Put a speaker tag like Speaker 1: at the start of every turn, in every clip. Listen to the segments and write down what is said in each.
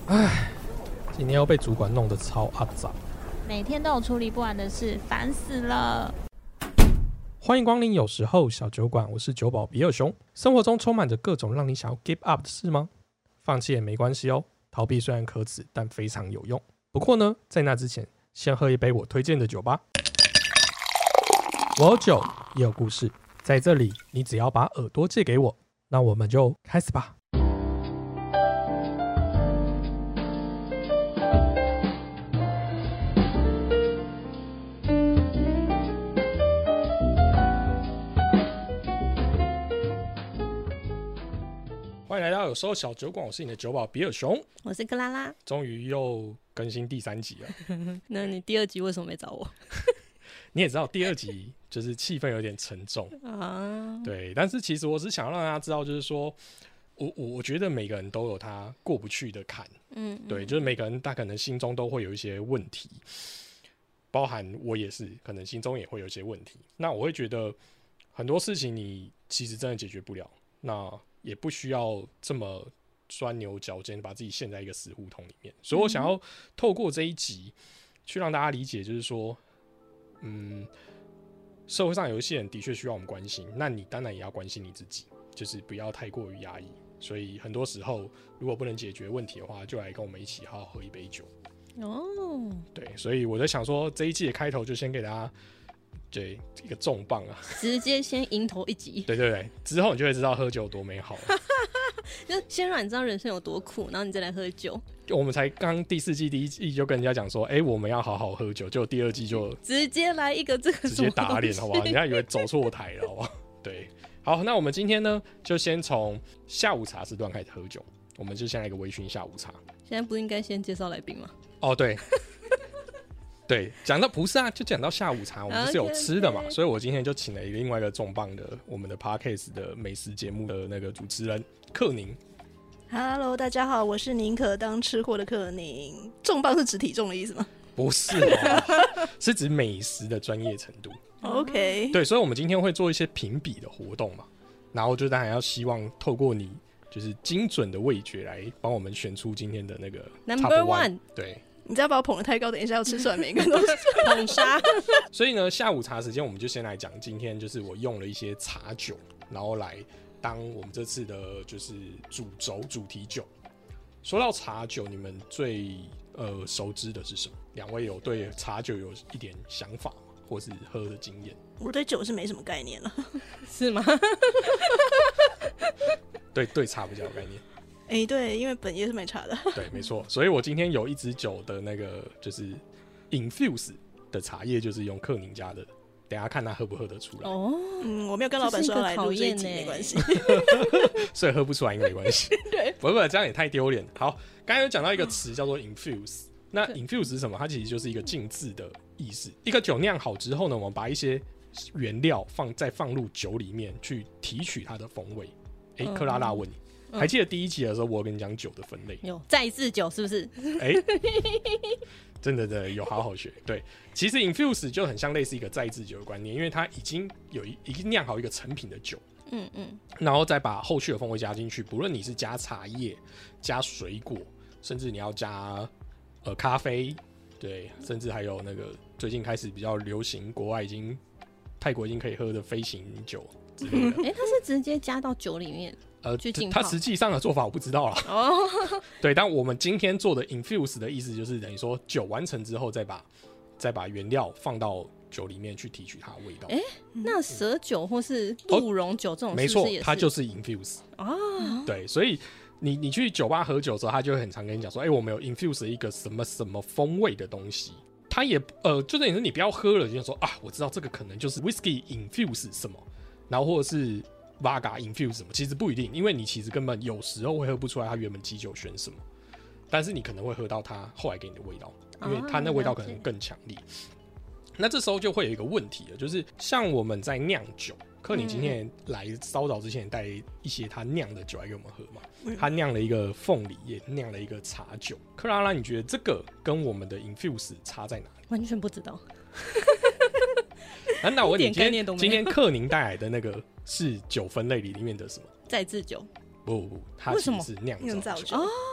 Speaker 1: 唉，今天又被主管弄得超阿杂，
Speaker 2: 每天都有处理不完的事，烦死了。
Speaker 1: 欢迎光临有时候小酒馆，我是酒保比尔熊。生活中充满着各种让你想要 give up 的事吗？放弃也没关系哦，逃避虽然可耻，但非常有用。不过呢，在那之前，先喝一杯我推荐的酒吧。我有酒，也有故事，在这里，你只要把耳朵借给我，那我们就开始吧。欢迎来到有时候小酒馆，我是你的酒保比尔熊，
Speaker 2: 我是克拉拉，
Speaker 1: 终于又更新第3集了。
Speaker 2: 那你第2集为什么没找我？
Speaker 1: 你也知道第2集就是气氛有点沉重啊，对。但是其实我只想让大家知道，就是说我觉得每个人都有他过不去的坎，对，就是每个人他可能心中都会有一些问题，包含我也是，可能心中也会有一些问题。那我会觉得很多事情你其实真的解决不了，那也不需要这么钻牛角尖，把自己陷在一个死胡同里面。所以我想要透过这一集去让大家理解，就是说社会上有一些人的确需要我们关心，那你当然也要关心你自己，就是不要太过于压抑。所以很多时候，如果不能解决问题的话，就来跟我们一起好好喝一杯酒。哦，对，所以我在想说，这一季的开头就先给大家对一个重磅啊，直
Speaker 2: 接先迎头一击。
Speaker 1: 对对对，之后你就会知道喝酒有多美好了。
Speaker 2: 就先让你知道人生有多苦，然后你再来喝酒。
Speaker 1: 我们才刚第4季第1季就跟人家讲说，我们要好好喝酒，结果第2季就
Speaker 2: 直接来一个这个
Speaker 1: 直接打脸，好不好？人家以为走错台了，好不好？对，好，那我们今天呢，就先从下午茶时段开始喝酒，我们就先来一个微醺下午茶。
Speaker 2: 现在不应该先介绍来宾吗？
Speaker 1: 哦，对。对，讲到不是啊，就讲到下午茶，我们是有吃的嘛， okay. 所以我今天就请了另外一个重磅的我们的 Podcast 的美食节目的那个主持人克宁。
Speaker 3: Hello， 大家好，我是宁可当吃货的克宁。重磅是指体重的意思吗？
Speaker 1: 不是，是指美食的专业程度。
Speaker 3: OK，
Speaker 1: 对，所以我们今天会做一些评比的活动嘛，然后就当然要希望透过你就是精准的味觉来帮我们选出今天的那个
Speaker 2: Number One。
Speaker 1: 对。
Speaker 3: 你只要把我捧得太高，等一下要吃出来每个人都是
Speaker 2: 捧杀。
Speaker 1: 所以呢，下午茶时间我们就先来讲，今天就是我用了一些茶酒，然后来当我们这次的就是主题酒。说到茶酒，你们最熟知的是什么？2位有对茶酒有一点想法吗？或是喝的经验？
Speaker 3: 我对酒是没什么概念了，
Speaker 2: 是吗？
Speaker 1: 对茶比较有概念。
Speaker 3: 对，因为本业是卖茶的。对，
Speaker 1: 没错。所以我今天有一支酒的那个就是 infuse 的茶叶，就是用克宁家的。等一下看他喝不喝得出来。
Speaker 3: 哦，我没有跟老板说要来录这一集，没关系。
Speaker 1: 所以喝不出来应该没关系。
Speaker 3: 对，
Speaker 1: 不，这样也太丢脸。好，刚才有讲到一个词叫做 infuse， 那 infuse 是什么？它其实就是一个浸渍的意思。一个酒酿好之后呢，我们把一些原料再放入酒里面去提取它的风味。克拉拉问你。还记得第1集的时候，我有跟你讲酒的分类，
Speaker 2: 有再制酒是不是？
Speaker 1: 真的有好好学。对，其实 infuse 就很像类似一个再制酒的观念，因为它已经酿好一个成品的酒，然后再把后续的风味加进去，不论你是加茶叶、加水果，甚至你要加咖啡，对，甚至还有那个最近开始比较流行，泰国已经可以喝的飞行酒之类的。
Speaker 2: 它是直接加到酒里面。
Speaker 1: 它实际上的做法我不知道啦。对，但我们今天做的 infuse 的意思就是等于说酒完成之后再把原料放到酒里面去提取它的味道。
Speaker 2: 那蛇酒或是鹿茸酒这种
Speaker 1: 没错，
Speaker 2: 是不是也是？
Speaker 1: 它就是 infuse。对，所以你去酒吧喝酒的时候，他就会很常跟你讲说，我们有 infuse 一个什么什么风味的东西。他也就等于说你不要喝了，就说我知道这个可能就是 whisky infuse 什么，然后或者是Vodka infuse 什么，其实不一定，因为你其实根本有时候会喝不出来它原本基酒选什么，但是你可能会喝到它后来给你的味道，因为它那味道可能更强烈。那这时候就会有一个问题了，就是像我们在酿酒，克宁今天来骚扰之前带一些他酿的酒来给我们喝嘛，他酿了一个凤梨，也酿了一个茶酒。克拉拉，你觉得这个跟我们的 infuse 差在哪里？
Speaker 2: 完全不知道。
Speaker 1: 那我问你，今天克宁带来的那个是酒分类里面的什么？
Speaker 2: 再制酒？
Speaker 1: 不，它其实是酿造酒。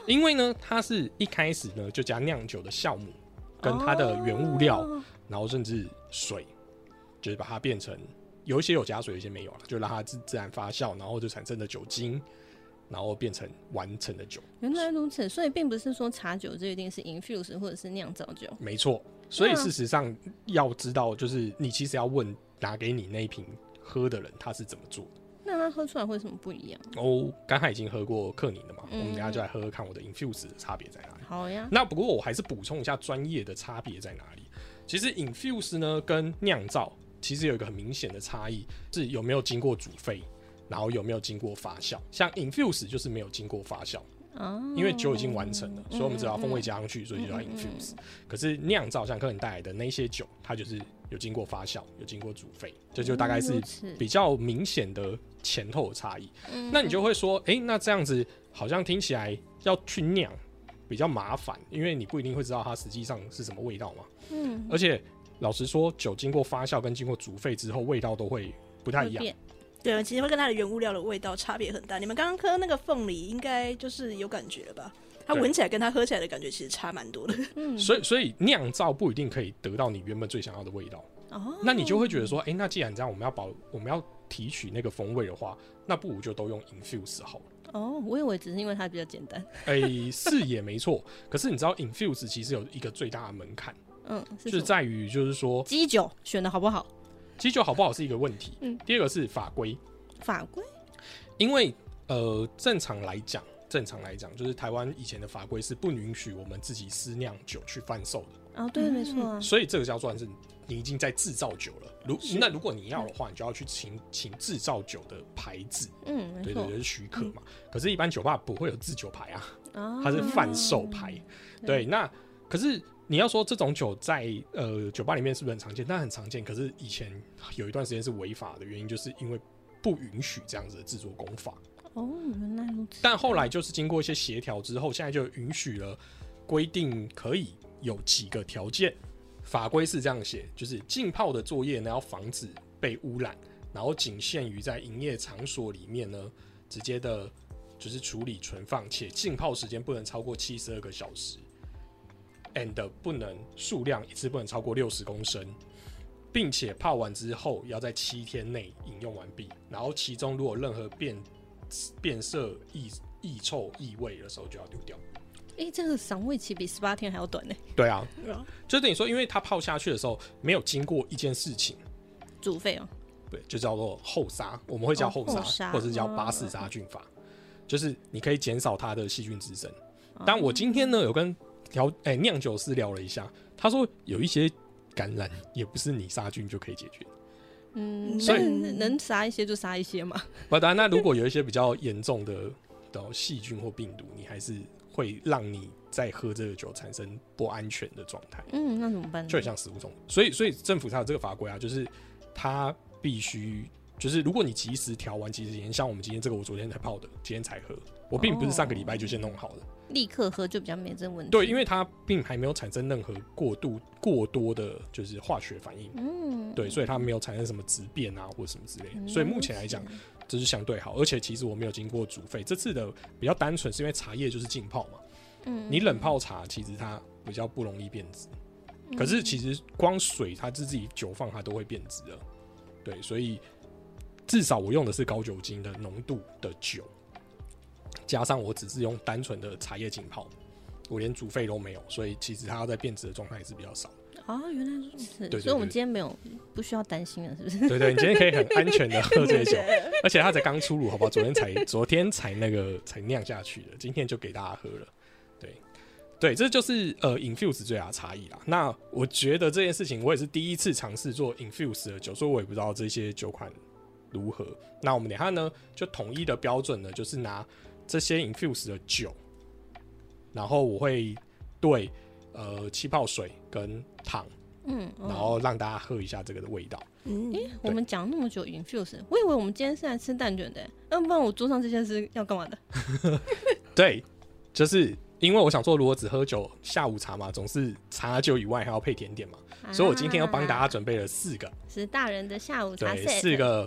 Speaker 1: 因为呢，它是一开始呢就加酿酒的酵母跟它的原物料，然后甚至水，就是把它变成有一些有加水，有一些没有了，就让它自然发酵，然后就产生的酒精。然后变成完成的酒。
Speaker 2: 原来如此，所以并不是说茶酒就一定是 infuse 或者是酿造酒。
Speaker 1: 没错，所以事实上要知道，就是你其实要问拿给你那一瓶喝的人他是怎么做的。
Speaker 2: 那他喝出来会有什么不一样？
Speaker 1: 哦，刚才已经喝过克宁了嘛，我们等一下就来喝喝看我的 infuse 的差别在哪里。
Speaker 2: 好呀。
Speaker 1: 那不过我还是补充一下专业的差别在哪里。其实 infuse 呢跟酿造其实有一个很明显的差异，是有没有经过煮沸。然后有没有经过发酵？像 infuse 就是没有经过发酵，因为酒已经完成了，所以我们只要风味加上去，所以就叫 infuse。可是酿造像客人带来的那些酒，它就是有经过发酵，有经过煮沸，这就大概是比较明显的前后的差异。那你就会说，那这样子好像听起来要去酿比较麻烦，因为你不一定会知道它实际上是什么味道嘛。而且老实说，酒经过发酵跟经过煮沸之后，味道都会不太一样。
Speaker 3: 对，其实会跟它的原物料的味道差别很大。你们刚刚喝那个凤梨，应该就是有感觉了吧？它闻起来跟它喝起来的感觉其实差蛮多的。
Speaker 1: 所以酿造不一定可以得到你原本最想要的味道。那你就会觉得说，那既然这样，我们要提取那个风味的话，那不如就都用 infuse 好了。
Speaker 2: 我以为只是因为它比较简单。
Speaker 1: 是也没错。可是你知道 infuse 其实有一个最大的门槛，就是在于就是说
Speaker 2: 基酒选的好不好。
Speaker 1: 基酒好不好是一个问题，第二个是法规。因为正常来讲，就是台湾以前的法规是不允许我们自己私酿酒去贩售的。
Speaker 2: 对，没错啊。
Speaker 1: 所以这个叫做是你已经在制造酒了。那如果你要的话，你就要去请制造酒的牌子。对，就是许可嘛。可是，一般酒吧不会有制酒牌啊，它是贩售牌。对，那可是。你要说这种酒在酒吧里面是不是很常见？但很常见，可是以前有一段时间是违法的原因，就是因为不允许这样子的制作工法。
Speaker 2: 原来如此。
Speaker 1: 但后来就是经过一些协调之后，现在就允许了，规定可以有几个条件。法规是这样写，就是浸泡的作业呢要防止被污染，然后仅限于在营业场所里面呢直接的，就是处理存放，且浸泡时间不能超过72个小时。and 不能数量一次不能超过60公升，并且泡完之后要在7天内饮用完毕。然后其中如果任何变色、异臭、异味的时候就要丢掉。
Speaker 2: 这个赏味期比18天还要短呢。
Speaker 1: 对啊，就等于说，因为它泡下去的时候没有经过一件事情，
Speaker 2: 煮沸
Speaker 1: 对，就叫做后杀，我们会叫后杀，或者是叫巴氏杀菌法，就是你可以减少它的细菌滋生。但我今天呢有跟酿酒师聊了一下，他说有一些感染也不是你杀菌就可以解决。
Speaker 2: 所以能杀一些就杀一些嘛。
Speaker 1: 当然，那如果有一些比较严重的细菌或病毒，你还是会让你在喝这个酒产生不安全的状态。
Speaker 2: 那怎么办呢？
Speaker 1: 就很像食物中毒。所以政府才有这个法规啊，就是它必须，就是如果你及时调完即时盐，像我们今天这个我昨天才泡的，今天才喝，我并不是上个礼拜就先弄好的。
Speaker 2: 立刻喝就比较没这问题。
Speaker 1: 对，因为它并还没有产生任何过多的，就是化学反应。对，所以它没有产生什么质变啊或什么之类的。所以目前来讲，这是相对好。而且其实我没有经过煮沸，这次的比较单纯，是因为茶叶就是浸泡嘛。你冷泡茶其实它比较不容易变质，可是其实光水它自己久放它都会变质了。对，所以至少我用的是高酒精的浓度的酒。加上我只是用单纯的茶叶浸泡，我连煮沸都没有，所以其实它要在变质的状态也是比较少。
Speaker 2: 原来如此。
Speaker 1: 对，
Speaker 2: 所以我们今天不需要担心了，是不是？
Speaker 1: 对，你今天可以很安全的喝这些酒，而且它才刚出炉，好不好？昨天才酿下去的，今天就给大家喝了。对，这就是infuse 最大的差异啦。那我觉得这件事情我也是第一次尝试做 infuse 的酒，所以我也不知道这些酒款如何。那我们等一下呢，就统一的标准呢，就是拿这些 infuse 的酒，然后我会对气泡水跟糖，然后让大家喝一下这个的味道。
Speaker 2: 我们讲那么久 infuse， 我以为我们今天是来吃蛋卷的，不然我桌上这些是要干嘛的？
Speaker 1: 对，就是因为我想说，如果只喝酒下午茶嘛，总是茶酒以外还要配甜点嘛，所以我今天要帮大家准备了4个，
Speaker 2: 是大人的下午茶 set，
Speaker 1: 对，4个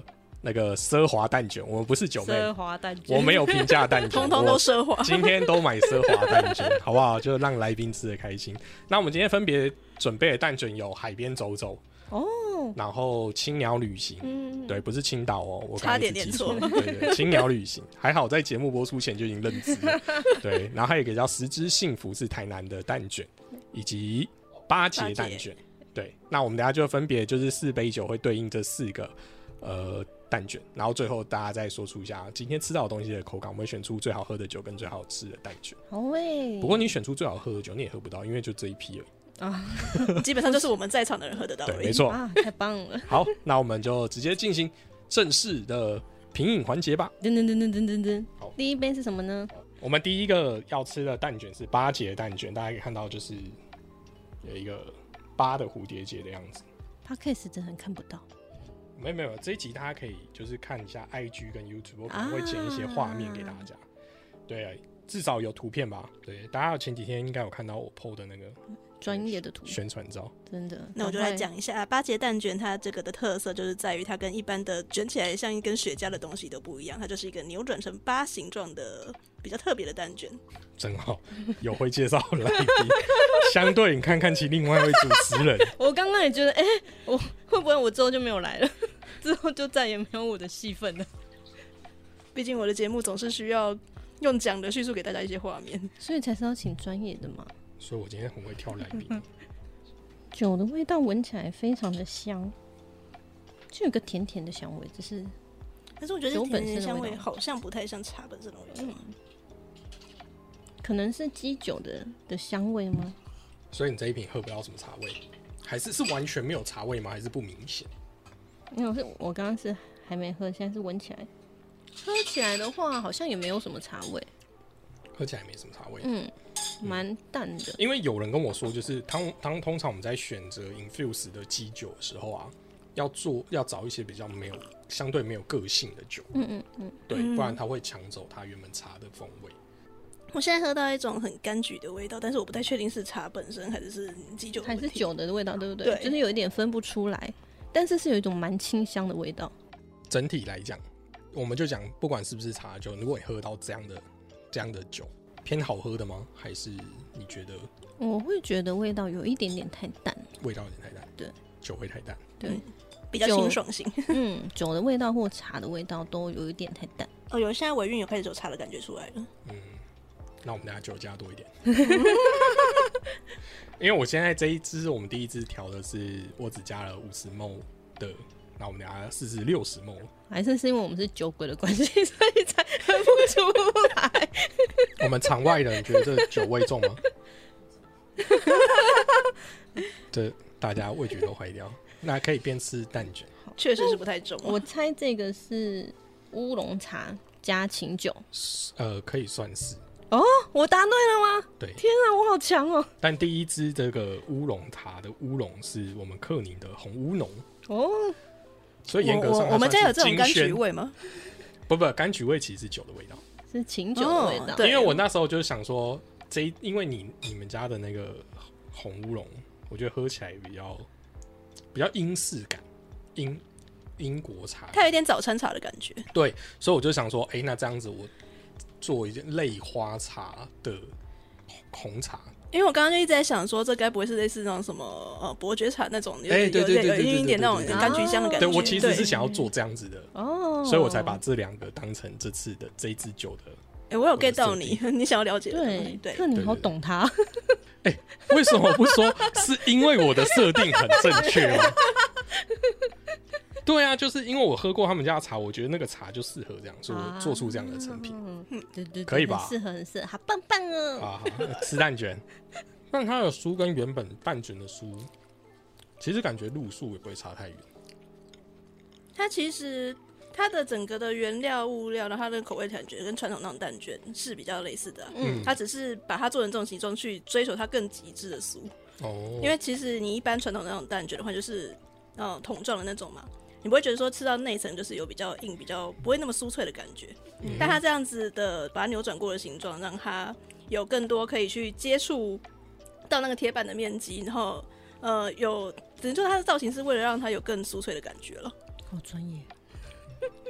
Speaker 1: 那个奢华蛋卷，我们不是九妹，
Speaker 2: 奢华蛋卷，
Speaker 1: 我没有评价蛋卷，
Speaker 3: 通通都奢华。
Speaker 1: 今天都买奢华蛋卷，好不好？就让来宾吃得开心。那我们今天分别准备的蛋卷有海边走走
Speaker 2: 哦，
Speaker 1: 然后青鸟旅行，对，不是青岛哦，我
Speaker 3: 差点念错，
Speaker 1: 对，青鸟旅行，还好在节目播出前就已经认知了，对。然后还有一个叫十之幸福是台南的蛋卷，以及八节蛋卷，对。那我们等一下就分别就是4杯酒会对应这4个蛋卷，然后最后大家再说出一下今天吃到的东西的口感，我们会选出最好喝的酒跟最好吃的蛋卷。
Speaker 2: 好味。
Speaker 1: 不过你选出最好喝的酒，你也喝不到，因为就这一批而已啊，
Speaker 3: 基本上就是我们在场的人喝得到而已。
Speaker 1: 对，没错
Speaker 2: 啊，太棒了。
Speaker 1: 好，那我们就直接进行正式的品饮环节吧。
Speaker 2: 噔噔噔噔噔噔噔。
Speaker 1: 好，
Speaker 2: 第一杯是什么呢？
Speaker 1: 我们第一个要吃的蛋卷是8节蛋卷，大家可以看到就是有一个8的蝴蝶结的样子。
Speaker 2: Podcast 真的很看不到。
Speaker 1: 没有，这一集大家可以就是看一下 IG 跟 YouTube， 我可能会剪一些画面给大家。对，至少有图片吧。对，大家前几天应该有看到我 PO 的那个
Speaker 2: 专业的图
Speaker 1: 宣传照，
Speaker 2: 真的。
Speaker 3: 那我就来讲一下8节蛋卷，它这个的特色就是在于它跟一般的卷起来像一根雪茄的东西都不一样，它就是一个扭转成8形状的比较特别的蛋卷。
Speaker 1: 真好，有会介绍的来宾。相对你看看其另外一位主持人，
Speaker 2: 我刚刚也觉得，我会不会我之后就没有来了？之后就再也没有我的戏份了。
Speaker 3: 毕竟我的节目总是需要用讲的叙述给大家一些画面，
Speaker 2: 所以才是要请专业的嘛。
Speaker 1: 所以我今天很会挑来宾。
Speaker 2: 酒的味道闻起来非常的香，就有个甜甜的香味，只是，
Speaker 3: 但是我觉得这甜甜的香味好像不太像茶本身的味道。
Speaker 2: 可能是基酒的香味吗？
Speaker 1: 所以你这一瓶喝不到什么茶味，还是完全没有茶味吗？还是不明显？
Speaker 2: 没有，是我刚刚是还没喝，现在是闻起来。喝起来的话，好像也没有什么茶味。
Speaker 1: 喝起来没什么茶味，
Speaker 2: 蛮淡的。
Speaker 1: 因为有人跟我说，就是通常我们在选择 infuse 的基酒的时候啊，要找一些比较相对没有个性的酒，对，不然它会抢走它原本茶的风味。
Speaker 3: 我现在喝到一种很柑橘的味道，但是我不太确定是茶本身还是基酒的
Speaker 2: 还是酒的味道，对不对？
Speaker 3: 对，
Speaker 2: 就是有一点分不出来，但是有一种蛮清香的味道。
Speaker 1: 整体来讲，我们就讲不管是不是茶酒，如果你喝到这样的酒，偏好喝的吗？还是你觉得？
Speaker 2: 我会觉得味道有一点点太淡，
Speaker 1: 味道有点太淡，
Speaker 2: 对，
Speaker 1: 酒会太淡，
Speaker 2: 对，
Speaker 3: 比较清爽型。
Speaker 2: 酒的味道或茶的味道都有一点太淡。
Speaker 3: 哦，现在尾韵有开始有茶的感觉出来了。
Speaker 1: 那我们等一下酒加多一点，因为我现在这一支我们第一支调的是我只加了50ml 的，那我们等一下试试60ml。
Speaker 2: 还是因为我们是酒鬼的关系，所以才喝不出来。
Speaker 1: 我们场外的人觉得这酒味重吗？这大家味觉都坏掉，那可以边吃蛋卷。
Speaker 3: 确实是不太重。
Speaker 2: 我猜这个是乌龙茶加清酒，
Speaker 1: 可以算是。
Speaker 2: 哦，我答对了吗？
Speaker 1: 对，
Speaker 2: 天啊，我好强哦！
Speaker 1: 但第一支这个乌龙茶的乌龙是我们克宁的红乌龙哦，所以严格上
Speaker 3: 我们家有这种柑橘味吗？
Speaker 1: 不，柑橘味其实是酒的味道，
Speaker 2: 是清酒的味道。
Speaker 3: 对，
Speaker 1: 因为我那时候就想说，因为你们家的那个红乌龙，我觉得喝起来比较英式感，英国茶，
Speaker 3: 它有一点早餐茶的感觉。
Speaker 1: 对，所以我就想说，那这样子我做一件类花茶的红茶，
Speaker 3: 因为我刚刚就一直在想说，这该不会是类似那种什么伯爵茶那种，有
Speaker 1: 对
Speaker 3: 一点那种柑橘香的感觉。
Speaker 1: 对，我其实是想要做这样子的哦，所以我才把这2个当成这次的这一支酒的。
Speaker 3: 我有 get 到你想要了解的东西。
Speaker 2: 对，可你好懂它。
Speaker 1: 为什么不说是因为我的设定很正确吗？对啊，就是因为我喝过他们家的茶，我觉得那个茶就适合这样，所以我做出这样的成品。
Speaker 2: 对，
Speaker 1: 可以吧？
Speaker 2: 很适合，好棒棒哦！
Speaker 1: 好，吃蛋卷，但它的酥跟原本蛋卷的酥，其实感觉路数也不会差太远。
Speaker 3: 它其实它的整个的原料物料，然后它的口味感觉跟传统那种蛋卷是比较类似的。它只是把它做成这种形状去追求它更极致的酥。哦，因为其实你一般传统那种蛋卷的话，就是桶状的那种嘛。你不会觉得说吃到内层就是有比较硬、比较不会那么酥脆的感觉，但它这样子的把它扭转过的形状，让它有更多可以去接触到那个铁板的面积，然后只能说它的造型是为了让它有更酥脆的感觉了。
Speaker 2: 好专业，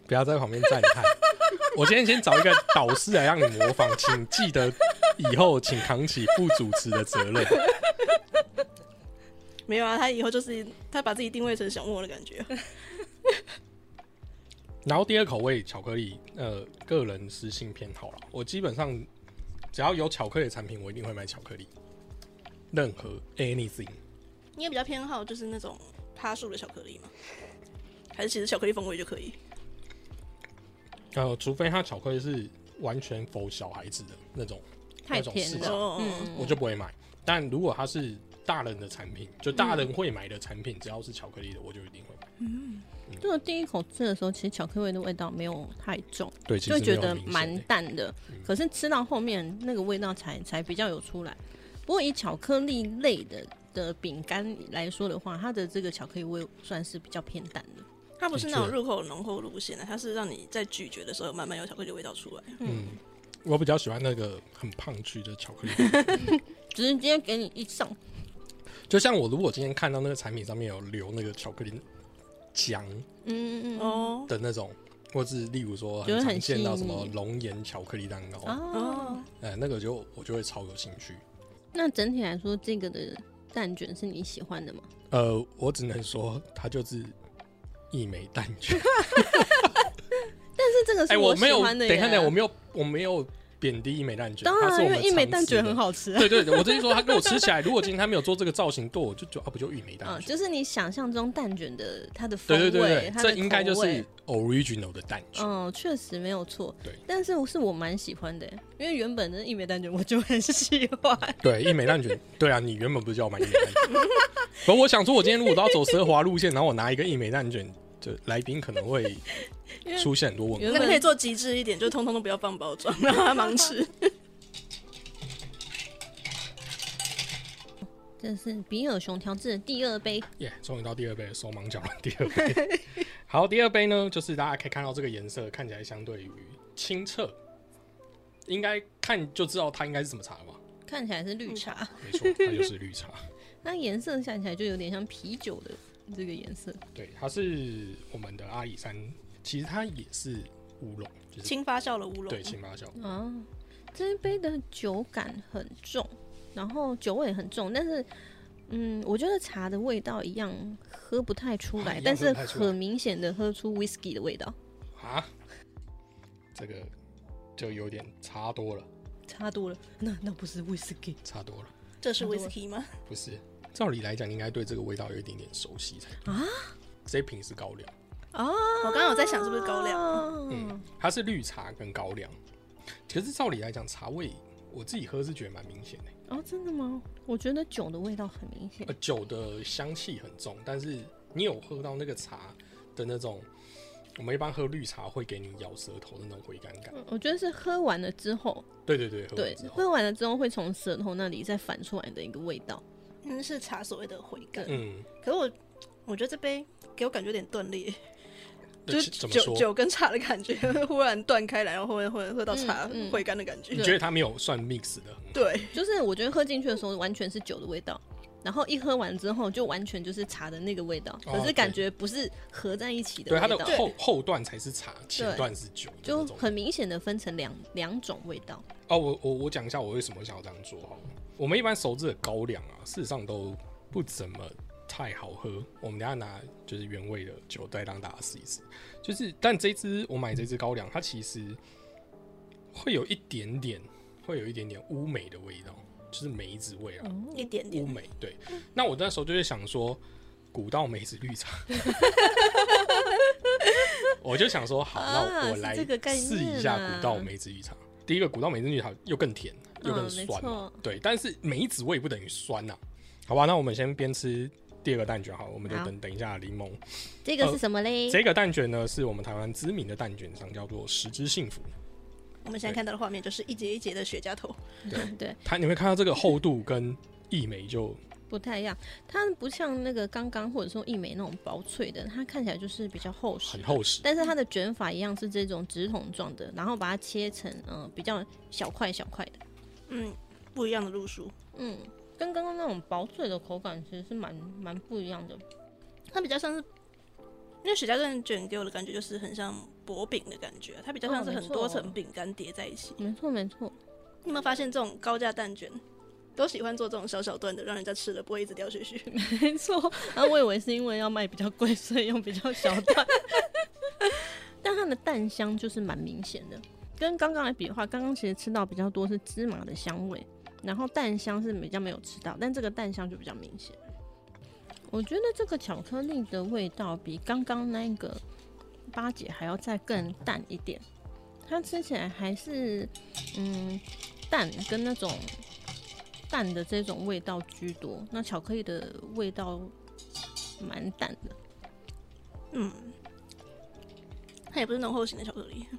Speaker 1: 不要在旁边赞叹。我今天先找一个导师来让你模仿，请记得以后请扛起副主持的责任。
Speaker 3: 没有啊，他以后就是他把自己定位成小莫的感觉。
Speaker 1: 然后第二口味巧克力，个人私心偏好啦，我基本上只要有巧克力的产品，我一定会买巧克力，任何 anything。
Speaker 3: 你也比较偏好就是那种趴数的巧克力吗？还是其实巧克力风味就可以？
Speaker 1: 除非它巧克力是完全否小孩子的那种
Speaker 2: 太甜了，
Speaker 1: 我就不会买。但如果它是大人的产品，就大人会买的产品，只要是巧克力的，我就一定会买。
Speaker 2: 这个第一口吃的时候，其实巧克力味的味道没有太重，
Speaker 1: 对，
Speaker 2: 就会觉得蛮淡的。可是吃到后面那个味道才比较有出来。不过以巧克力类的饼干来说的话，它的这个巧克力味算是比较偏淡的。
Speaker 3: 它不是那种入口浓厚路线的，它是让你在咀嚼的时候慢慢有巧克力味道出来。
Speaker 1: 我比较喜欢那个很胖曲的巧克力，
Speaker 2: 直接给你一上。
Speaker 1: 就像我如果今天看到那个产品上面有留那个巧克力浆，的那种，或是例如说很常见到什么龙岩巧克力蛋糕，那个我就会超有兴趣。
Speaker 2: 那整体来说，这个的蛋卷是你喜欢的吗？
Speaker 1: 我只能说它就是一枚蛋卷。
Speaker 2: 但是这个是我喜欢的耶。
Speaker 1: 等一下，我没有贬低一枚蛋卷，
Speaker 2: 当然，因为一枚蛋卷很好吃。
Speaker 1: 对，我之前说他给我吃起来，如果今天他没有做这个造型，对我就不就一枚蛋卷，
Speaker 2: 就是你想象中蛋卷的它的风味，
Speaker 1: 对，这应该就是 original 的蛋卷。
Speaker 2: 确实没有错。
Speaker 1: 对，
Speaker 2: 但是我蛮喜欢的，因为原本的一枚蛋卷我就很喜欢。
Speaker 1: 对，一枚蛋卷，对啊，你原本不是叫我买一枚蛋卷？可我想说，我今天如果都要走奢华路线，然后我拿一个一枚蛋卷，就来宾可能会出现很多问题。
Speaker 3: 那你可以做极致一点，就通通都不要放包装，让他盲吃。
Speaker 2: 这是比尔熊调制的第二杯，
Speaker 1: 终于到第二杯了，手忙脚乱。第二杯，好，第二杯呢，就是大家可以看到这个颜色看起来相对于清澈，应该看就知道它应该是什么茶吧？
Speaker 2: 看起来是绿茶，
Speaker 1: 没错，它就是绿茶。
Speaker 2: 那颜色看起来就有点像啤酒的这个颜色。
Speaker 1: 对，它是我们的阿里山，其实它也是乌龙，就是
Speaker 3: 轻发酵的乌龙。
Speaker 1: 对，轻发酵。
Speaker 2: 这一杯的酒感很重，然后酒味很重，但是我觉得茶的味道一样喝不太出来，但是很明显的喝出 whisky 的味道。
Speaker 1: 这个就有点差多了。
Speaker 2: 差多了？那不是 whisky，
Speaker 1: 差多了。
Speaker 3: 这是 whisky 吗？
Speaker 1: 不是，照理来讲应该对这个味道有一点点熟悉才对。这瓶是高粱。
Speaker 3: 我刚刚有在想是不是高粱？
Speaker 1: 它是绿茶跟高粱。可是照理来讲，茶味我自己喝是觉得蛮明显的。
Speaker 2: 真的吗？我觉得酒的味道很明显。
Speaker 1: 酒的香气很重，但是你有喝到那个茶的那种，我们一般喝绿茶会给你咬舌头的那种回甘感。
Speaker 2: 我觉得是喝完了之后，
Speaker 1: 对，
Speaker 2: 喝完了之后会从舌头那里再反出来的一个味道。
Speaker 3: 是茶所谓的回甘。可是我觉得这杯给我感觉有点断裂。就酒跟茶的感觉忽然断开来，然后会喝到茶回甘的感觉。
Speaker 1: 你觉得它没有算 mix 的很好？
Speaker 3: 对，
Speaker 2: 就是我觉得喝进去的时候完全是酒的味道，然后一喝完之后就完全就是茶的那个味道，可是感觉不是合在一起的味道。
Speaker 1: 对，它的后段才是茶，前段是酒，
Speaker 2: 就很明显的分成两种味道。
Speaker 1: 我讲一下我为什么想要这样做好了。我们一般熟制的高粱事实上都不怎么太好喝，我们等一下拿就是原味的酒再让大家试一试。但我买这支高粱，它其实会有一点点乌梅的味道，就是梅子味啊，
Speaker 3: 一点点
Speaker 1: 乌梅。对，那我那时候就会想说，古道梅子绿茶，我就想说，好，那我来试一下古道梅子绿茶。第一个，古道梅子绿茶又更甜又更酸嘛，对，但是梅子味不等于酸呐，好吧？那我们先边吃第二个蛋卷好了，我们就等一下柠檬。
Speaker 2: 这个是什么嘞？
Speaker 1: 这个蛋卷呢是我们台湾知名的蛋卷商，叫做十之幸福。
Speaker 3: 我们现在看到的画面就是一节一节的雪茄头。
Speaker 2: 对，
Speaker 1: 你会看到这个厚度跟益美就
Speaker 2: 不太一样，它不像那个刚刚或者说益美那种薄脆的，它看起来就是比较厚实，
Speaker 1: 很厚实。
Speaker 2: 但是它的卷法一样是这种直筒状的，然后把它切成比较小块小块的，
Speaker 3: 不一样的路数。
Speaker 2: 跟刚刚那种薄脆的口感其实是蛮不一样的。
Speaker 3: 它比较像是，因为雪茄蛋卷给我的感觉就是很像薄饼的感觉，它比较像是很多层饼干叠在一起。
Speaker 2: 没错没错。
Speaker 3: 你有没有发现这种高价蛋卷都喜欢做这种小小段的，让人家吃了不会一直掉屑屑？
Speaker 2: 没错。然后我以为是因为要卖比较贵，所以用比较小段。但它的蛋香就是蛮明显的，跟刚刚来比的话，刚刚其实吃到比较多是芝麻的香味，然后蛋香是比较没有吃到，但这个蛋香就比较明显。我觉得这个巧克力的味道比刚刚那个八姐还要再更淡一点，它吃起来还是蛋跟那种蛋的这种味道居多，那巧克力的味道蛮淡的。
Speaker 3: 它也不是浓厚型的巧克力。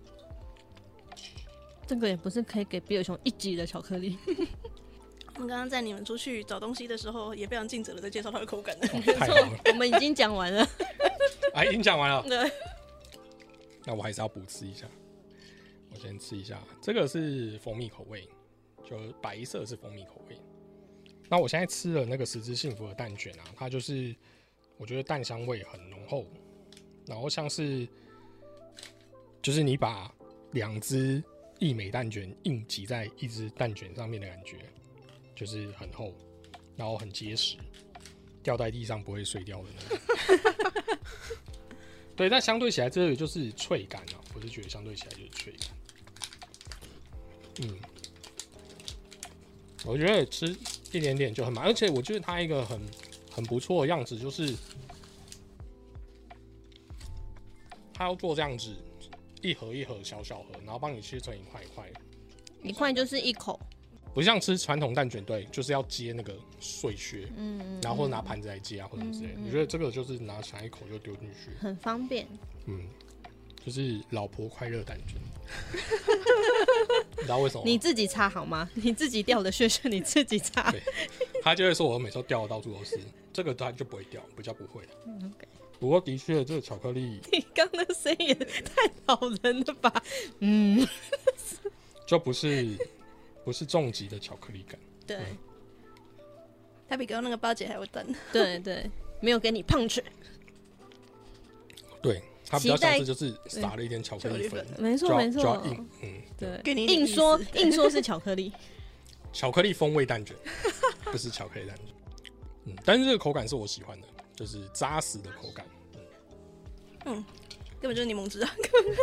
Speaker 2: 这个也不是可以给比尔熊1级的巧克力。
Speaker 3: 我们刚刚在你们出去找东西的时候，也非常尽责的在介绍它的口感的。
Speaker 1: 没错，
Speaker 2: 我们已经讲完了。
Speaker 1: 已经讲完了。
Speaker 2: 对。
Speaker 1: 那我还是要补吃一下。我先吃一下，这个是蜂蜜口味，就白色是蜂蜜口味。那我现在吃了那个10只幸福的蛋卷啊，它就是我觉得蛋香味很浓厚，然后像是就是你把2只益美蛋卷硬挤在一只蛋卷上面的感觉，就是很厚，然后很结实，掉在地上不会碎掉的那种。对，但相对起来，这个就是脆感啊，我是觉得相对起来就是脆感。我觉得吃一点点就很满，而且我觉得它一个很不错的样子，就是它要做这样子，一盒一盒小小盒，然后帮你切成一块一块，
Speaker 2: 一块就是1口，
Speaker 1: 不像吃传统蛋卷，对，就是要接那个碎屑，然后或者拿盘子来接啊，或者之类的。我觉得这个就是拿起来一口就丢进去，
Speaker 2: 很方便。
Speaker 1: 就是老婆快乐蛋卷。你知道为什么吗？
Speaker 2: 你自己擦好吗？你自己掉的屑屑你自己擦。
Speaker 1: 对，他就会说我每次都掉的到处都是，这个他就不会掉，比较不会。
Speaker 2: Okay.
Speaker 1: 不过的确，这个巧克力，
Speaker 2: 你刚那个声音也太老人了吧？
Speaker 1: 就不是重级的巧克力感。
Speaker 2: 对，
Speaker 3: 它比刚刚那个八姐还要淡。
Speaker 2: 对对，没有给你punch。
Speaker 1: 对，它比较像是就是撒了一点巧克力粉，
Speaker 2: 没错没错，
Speaker 1: 就要硬，
Speaker 2: 对，
Speaker 3: 给你
Speaker 2: 硬说是巧克力，
Speaker 1: 巧克力风味蛋卷，不是巧克力蛋卷。但是这个口感是我喜欢的，就是扎实的口感。
Speaker 3: 根本就是柠檬汁啊！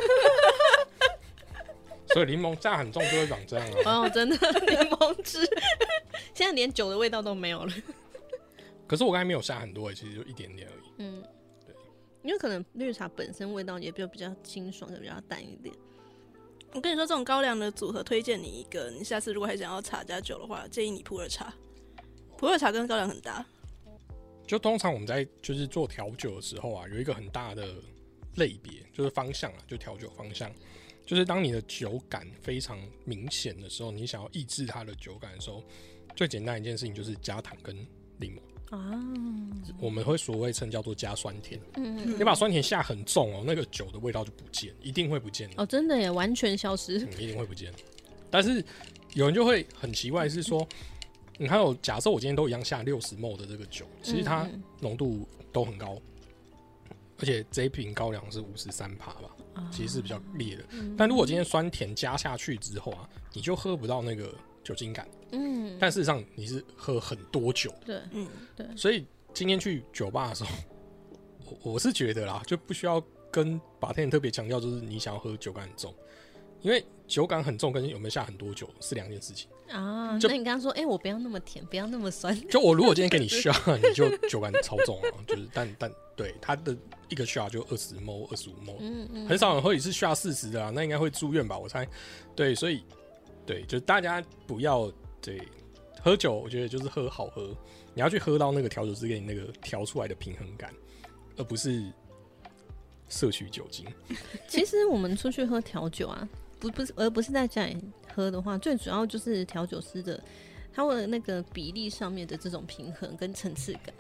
Speaker 1: 所以柠檬加很重就会长这样啊。
Speaker 2: 真的柠檬汁，现在连酒的味道都没有了。
Speaker 1: 可是我刚才没有下很多，其实就一点点而已。
Speaker 2: 因为可能绿茶本身味道也比较清爽，比较淡一点。
Speaker 3: 我跟你说，这种高粱的组合，推荐你一个。你下次如果还想要茶加酒的话，建议你普洱茶。普洱茶跟高粱很搭。
Speaker 1: 就通常我们在就是做调酒的时候啊，有一个很大的类别，就是方向啊，就调酒方向，就是当你的酒感非常明显的时候，你想要抑制它的酒感的时候，最简单的一件事情就是加糖跟柠檬。我们会所谓称叫做加酸甜。你把酸甜下很重哦，那个酒的味道就不见，一定会不见
Speaker 2: 哦，真的耶，完全消失，
Speaker 1: 一定会不见。但是有人就会很奇怪，是说，你看哦，假设我今天都一样下60ml 的这个酒，其实它浓度都很高，而且这一瓶高粱是53%吧，其实是比较烈的。但如果今天酸甜加下去之后啊，你就喝不到那个酒精感。但事实上你是喝很多酒。
Speaker 2: 对，对。
Speaker 1: 所以今天去酒吧的时候，我是觉得啦，就不需要跟bartender特别强调，就是你想要喝酒感很重，因为酒感很重跟有没有下很多酒是2件事情
Speaker 2: 啊。那你刚刚说，我不要那么甜，不要那么酸。
Speaker 1: 就我如果今天给你 shot， 你就酒感超重啊，就是但对它的一个 shot 就20ml、25ml，很少人喝一次 shot 40的啊，那应该会住院吧，我猜。对，所以对，就大家不要。对，喝酒我觉得就是喝好喝，你要去喝到那个调酒师给你那个调出来的平衡感，而不是摄取酒精。
Speaker 2: 其实我们出去喝调酒啊，而不是在家里喝的话，最主要就是调酒师的他的那个比例上面的这种平衡跟层次感。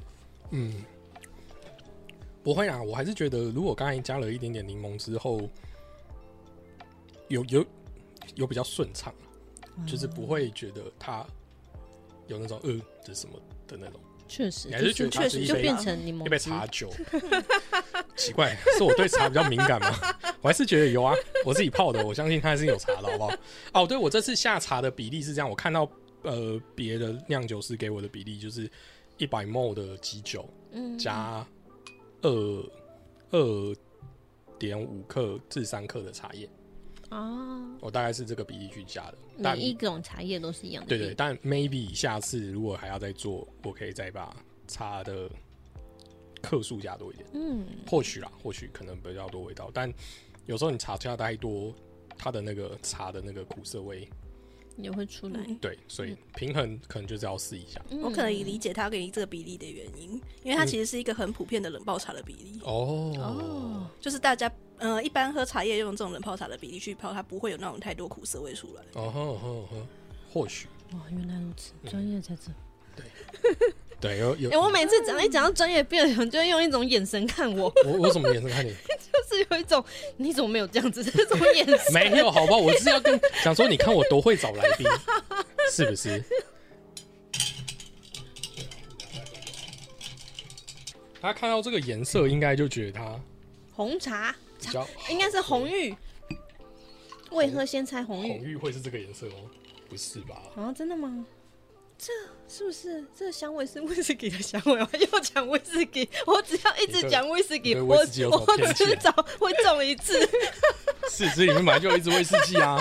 Speaker 1: 不会啊，我还是觉得如果刚才加了一点点柠檬之后，有比较顺畅。就是不会觉得它有那种这什么的那种
Speaker 2: 确实，
Speaker 1: 你还是觉得它是
Speaker 2: 就变成柠檬
Speaker 1: 一杯茶酒。奇怪，是我对茶比较敏感吗？我还是觉得有啊，我自己泡的，我相信它还是有茶的，好不好？哦，对，我这次下茶的比例是这样，我看到别的酿酒师给我的比例就是100ml 的基酒，加2.5克至3克的茶叶。我大概是这个比例去加的。
Speaker 2: 每一种茶叶都是一样的。
Speaker 1: 对对，但 maybe 下次如果还要再做，我可以再把茶的克数加多一点。或许可能比较多味道，但有时候你茶加太多，它的那个茶的那个苦涩味
Speaker 2: 也会出来。
Speaker 1: 对，所以平衡可能就是要试一下。
Speaker 3: 我可以理解他给你这个比例的原因，因为它其实是一个很普遍的冷泡茶的比例。就是大家一般喝茶叶用这种冷泡茶的比例去泡，它不会有那种太多苦涩味出来。
Speaker 1: 或许。
Speaker 2: 哇，原来如此，专业在这。
Speaker 1: 对，有。
Speaker 2: 我每次讲到专业辩论，就会用一种眼神看我。
Speaker 1: 我什么眼神看你？
Speaker 2: 就是有一种你怎么没有这样子这种眼神？
Speaker 1: 没有，好吧，我是要想说，你看我多会找来宾，是不是？他看到这个颜色，应该就觉得它
Speaker 2: 红茶
Speaker 1: 比较
Speaker 2: 应该是红玉。为何先猜红玉？
Speaker 1: 红玉会是这个颜色哦？不是吧？
Speaker 2: 真的吗？这是不是这个香味是威士忌的香味？又讲威士忌，我只要一直讲威士忌，我迟早会中一次。
Speaker 1: 4支里面本来就有1支威士忌啊。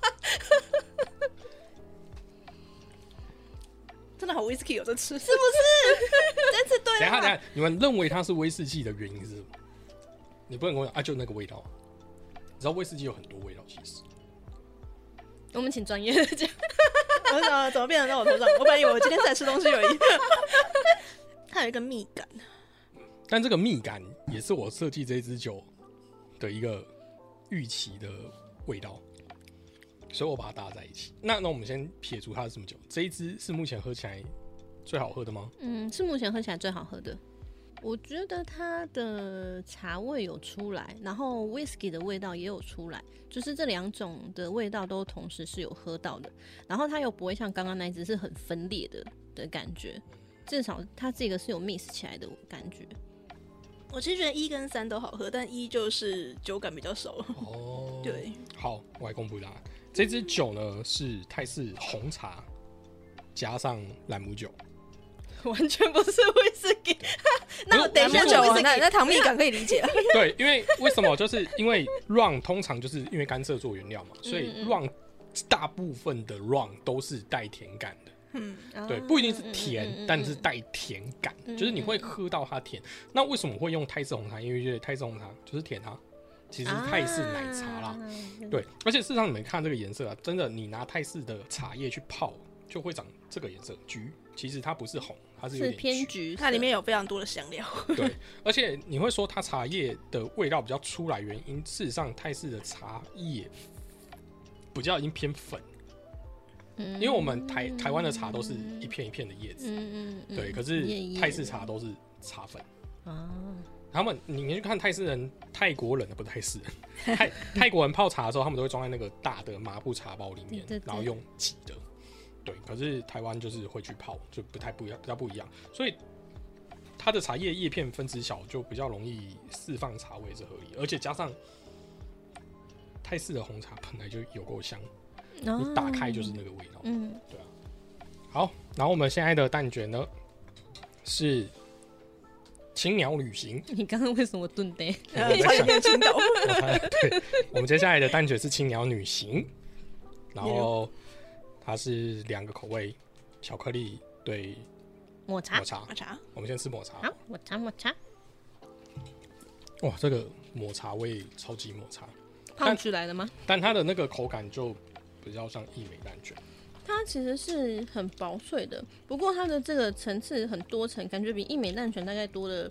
Speaker 3: 真的好威士忌有这吃，
Speaker 2: 是不是？这次对了。
Speaker 1: 等一下，你们认为它是威士忌的原因是什么？你不能跟我讲就那个味道。你知道威士忌有很多味道，其实。
Speaker 2: 我们请专业的讲。
Speaker 3: 我怎么变成在我头上？我本来以为我今天是来吃东西而已。它有一个蜜感，
Speaker 1: 但这个蜜感也是我设计这支酒的一个预期的味道，所以我把它搭在一起。那我们先撇除它是什么酒，这一支是目前喝起来最好喝的吗？
Speaker 2: 是目前喝起来最好喝的。我觉得它的茶味有出来，然后 whisky 的味道也有出来，就是这2种的味道都同时是有喝到的，然后它又不会像刚刚那一支是很分裂的感觉，至少它这个是有 mix 起来的感觉。
Speaker 3: 我其实觉得1跟3都好喝，但1就是酒感比较少。对，
Speaker 1: 好，我来公布它。这支酒呢是泰式红茶加上朗姆酒。
Speaker 2: 完全不是威士忌。那我等一下
Speaker 3: 酒啊，那糖蜜感可以理解。
Speaker 1: 对，因为为什么？就是因为 rum 通常就是因为甘蔗做原料嘛，所以 rum 大部分的 rum 都是带甜感的。对，不一定是甜，但是带甜感，就是你会喝到它甜。那为什么会用泰式红茶？因为泰式红茶就是甜啊，其实是泰式奶茶啦。对，而且事实上你们看这个颜色啊，真的，你拿泰式的茶叶去泡，就会长这个颜色，橘。其实它不是红，它是有点
Speaker 2: 偏橘，
Speaker 3: 它里面有非常多的香料。
Speaker 1: 对，而且你会说它茶叶的味道比较出来，原因事实上泰式的茶叶比较已经偏粉，因为我们台湾的茶都是一片一片的叶子，对，可是泰式茶都是茶粉啊。他们你去看泰国人的不是泰式人，泰国人泡茶的时候，他们都会装在那个大的麻布茶包里面，然后用挤的。对，可是台湾就是会去泡，就比较不一样，所以它的茶叶叶片分子小，就比较容易释放茶味是合理，而且加上泰式的红茶本来就有够香，你打开就是那个味道，对啊。好，然后我们现在的蛋卷呢是青鸟旅行。
Speaker 2: 你刚刚为什么顿呆？
Speaker 3: 差点变青岛。
Speaker 1: 对，我们接下来的蛋卷是青鸟旅行，然后。它是2个口味，巧克力对
Speaker 2: 抹茶。
Speaker 1: 我们先吃抹茶。
Speaker 2: 好，抹茶。
Speaker 1: 哇，这个抹茶味超级抹茶，
Speaker 2: 泡出来的吗？
Speaker 1: 但它的那个口感就比较像益美蛋卷。
Speaker 2: 它其实是很薄脆的，不过它的这个层次很多层，感觉比益美蛋卷大概多了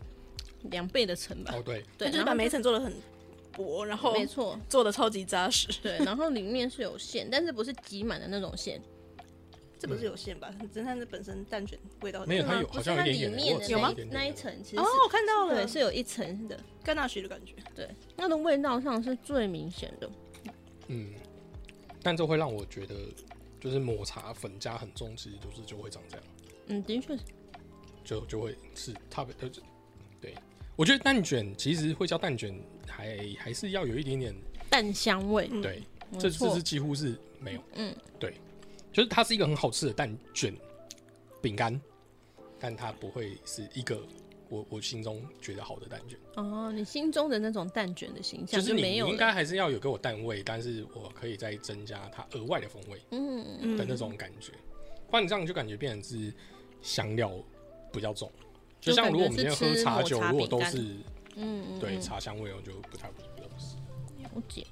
Speaker 2: 2倍的层吧。
Speaker 1: 对，
Speaker 3: 就是把每一层做的很薄，然后
Speaker 2: 没错，
Speaker 3: 做的超级扎实。
Speaker 2: 对，然后里面是有馅，但是不是挤满的那种馅。
Speaker 3: 这不是有馅吧？侦探是本身蛋卷味道
Speaker 1: 没有，它有好像有一点点，
Speaker 2: 有吗？那一层其实
Speaker 3: 我看到了，
Speaker 2: 对，是有一层的
Speaker 3: 甘纳许的感觉。
Speaker 2: 对，那的味道上是最明显的。
Speaker 1: 但这会让我觉得，就是抹茶粉加很重，其实就会长这样。
Speaker 2: 的确是。
Speaker 1: 就会是 top。对，我觉得蛋卷其实会叫蛋卷，还是要有一点点
Speaker 2: 蛋香味。
Speaker 1: 对，这是几乎是没有。对，就是它是一个很好吃的蛋卷饼干，但它不会是一个我心中觉得好的蛋卷。
Speaker 2: 哦，你心中的那种蛋卷的形象
Speaker 1: 就是
Speaker 2: 没有了，
Speaker 1: 你应该还是要有给我蛋味，但是我可以再增加它额外的风味的那种感觉。不然你这样就感觉变成是香料比较重。就像如果我们今天喝茶酒，如果都是对茶香味，我就不太比较是。
Speaker 2: 了解。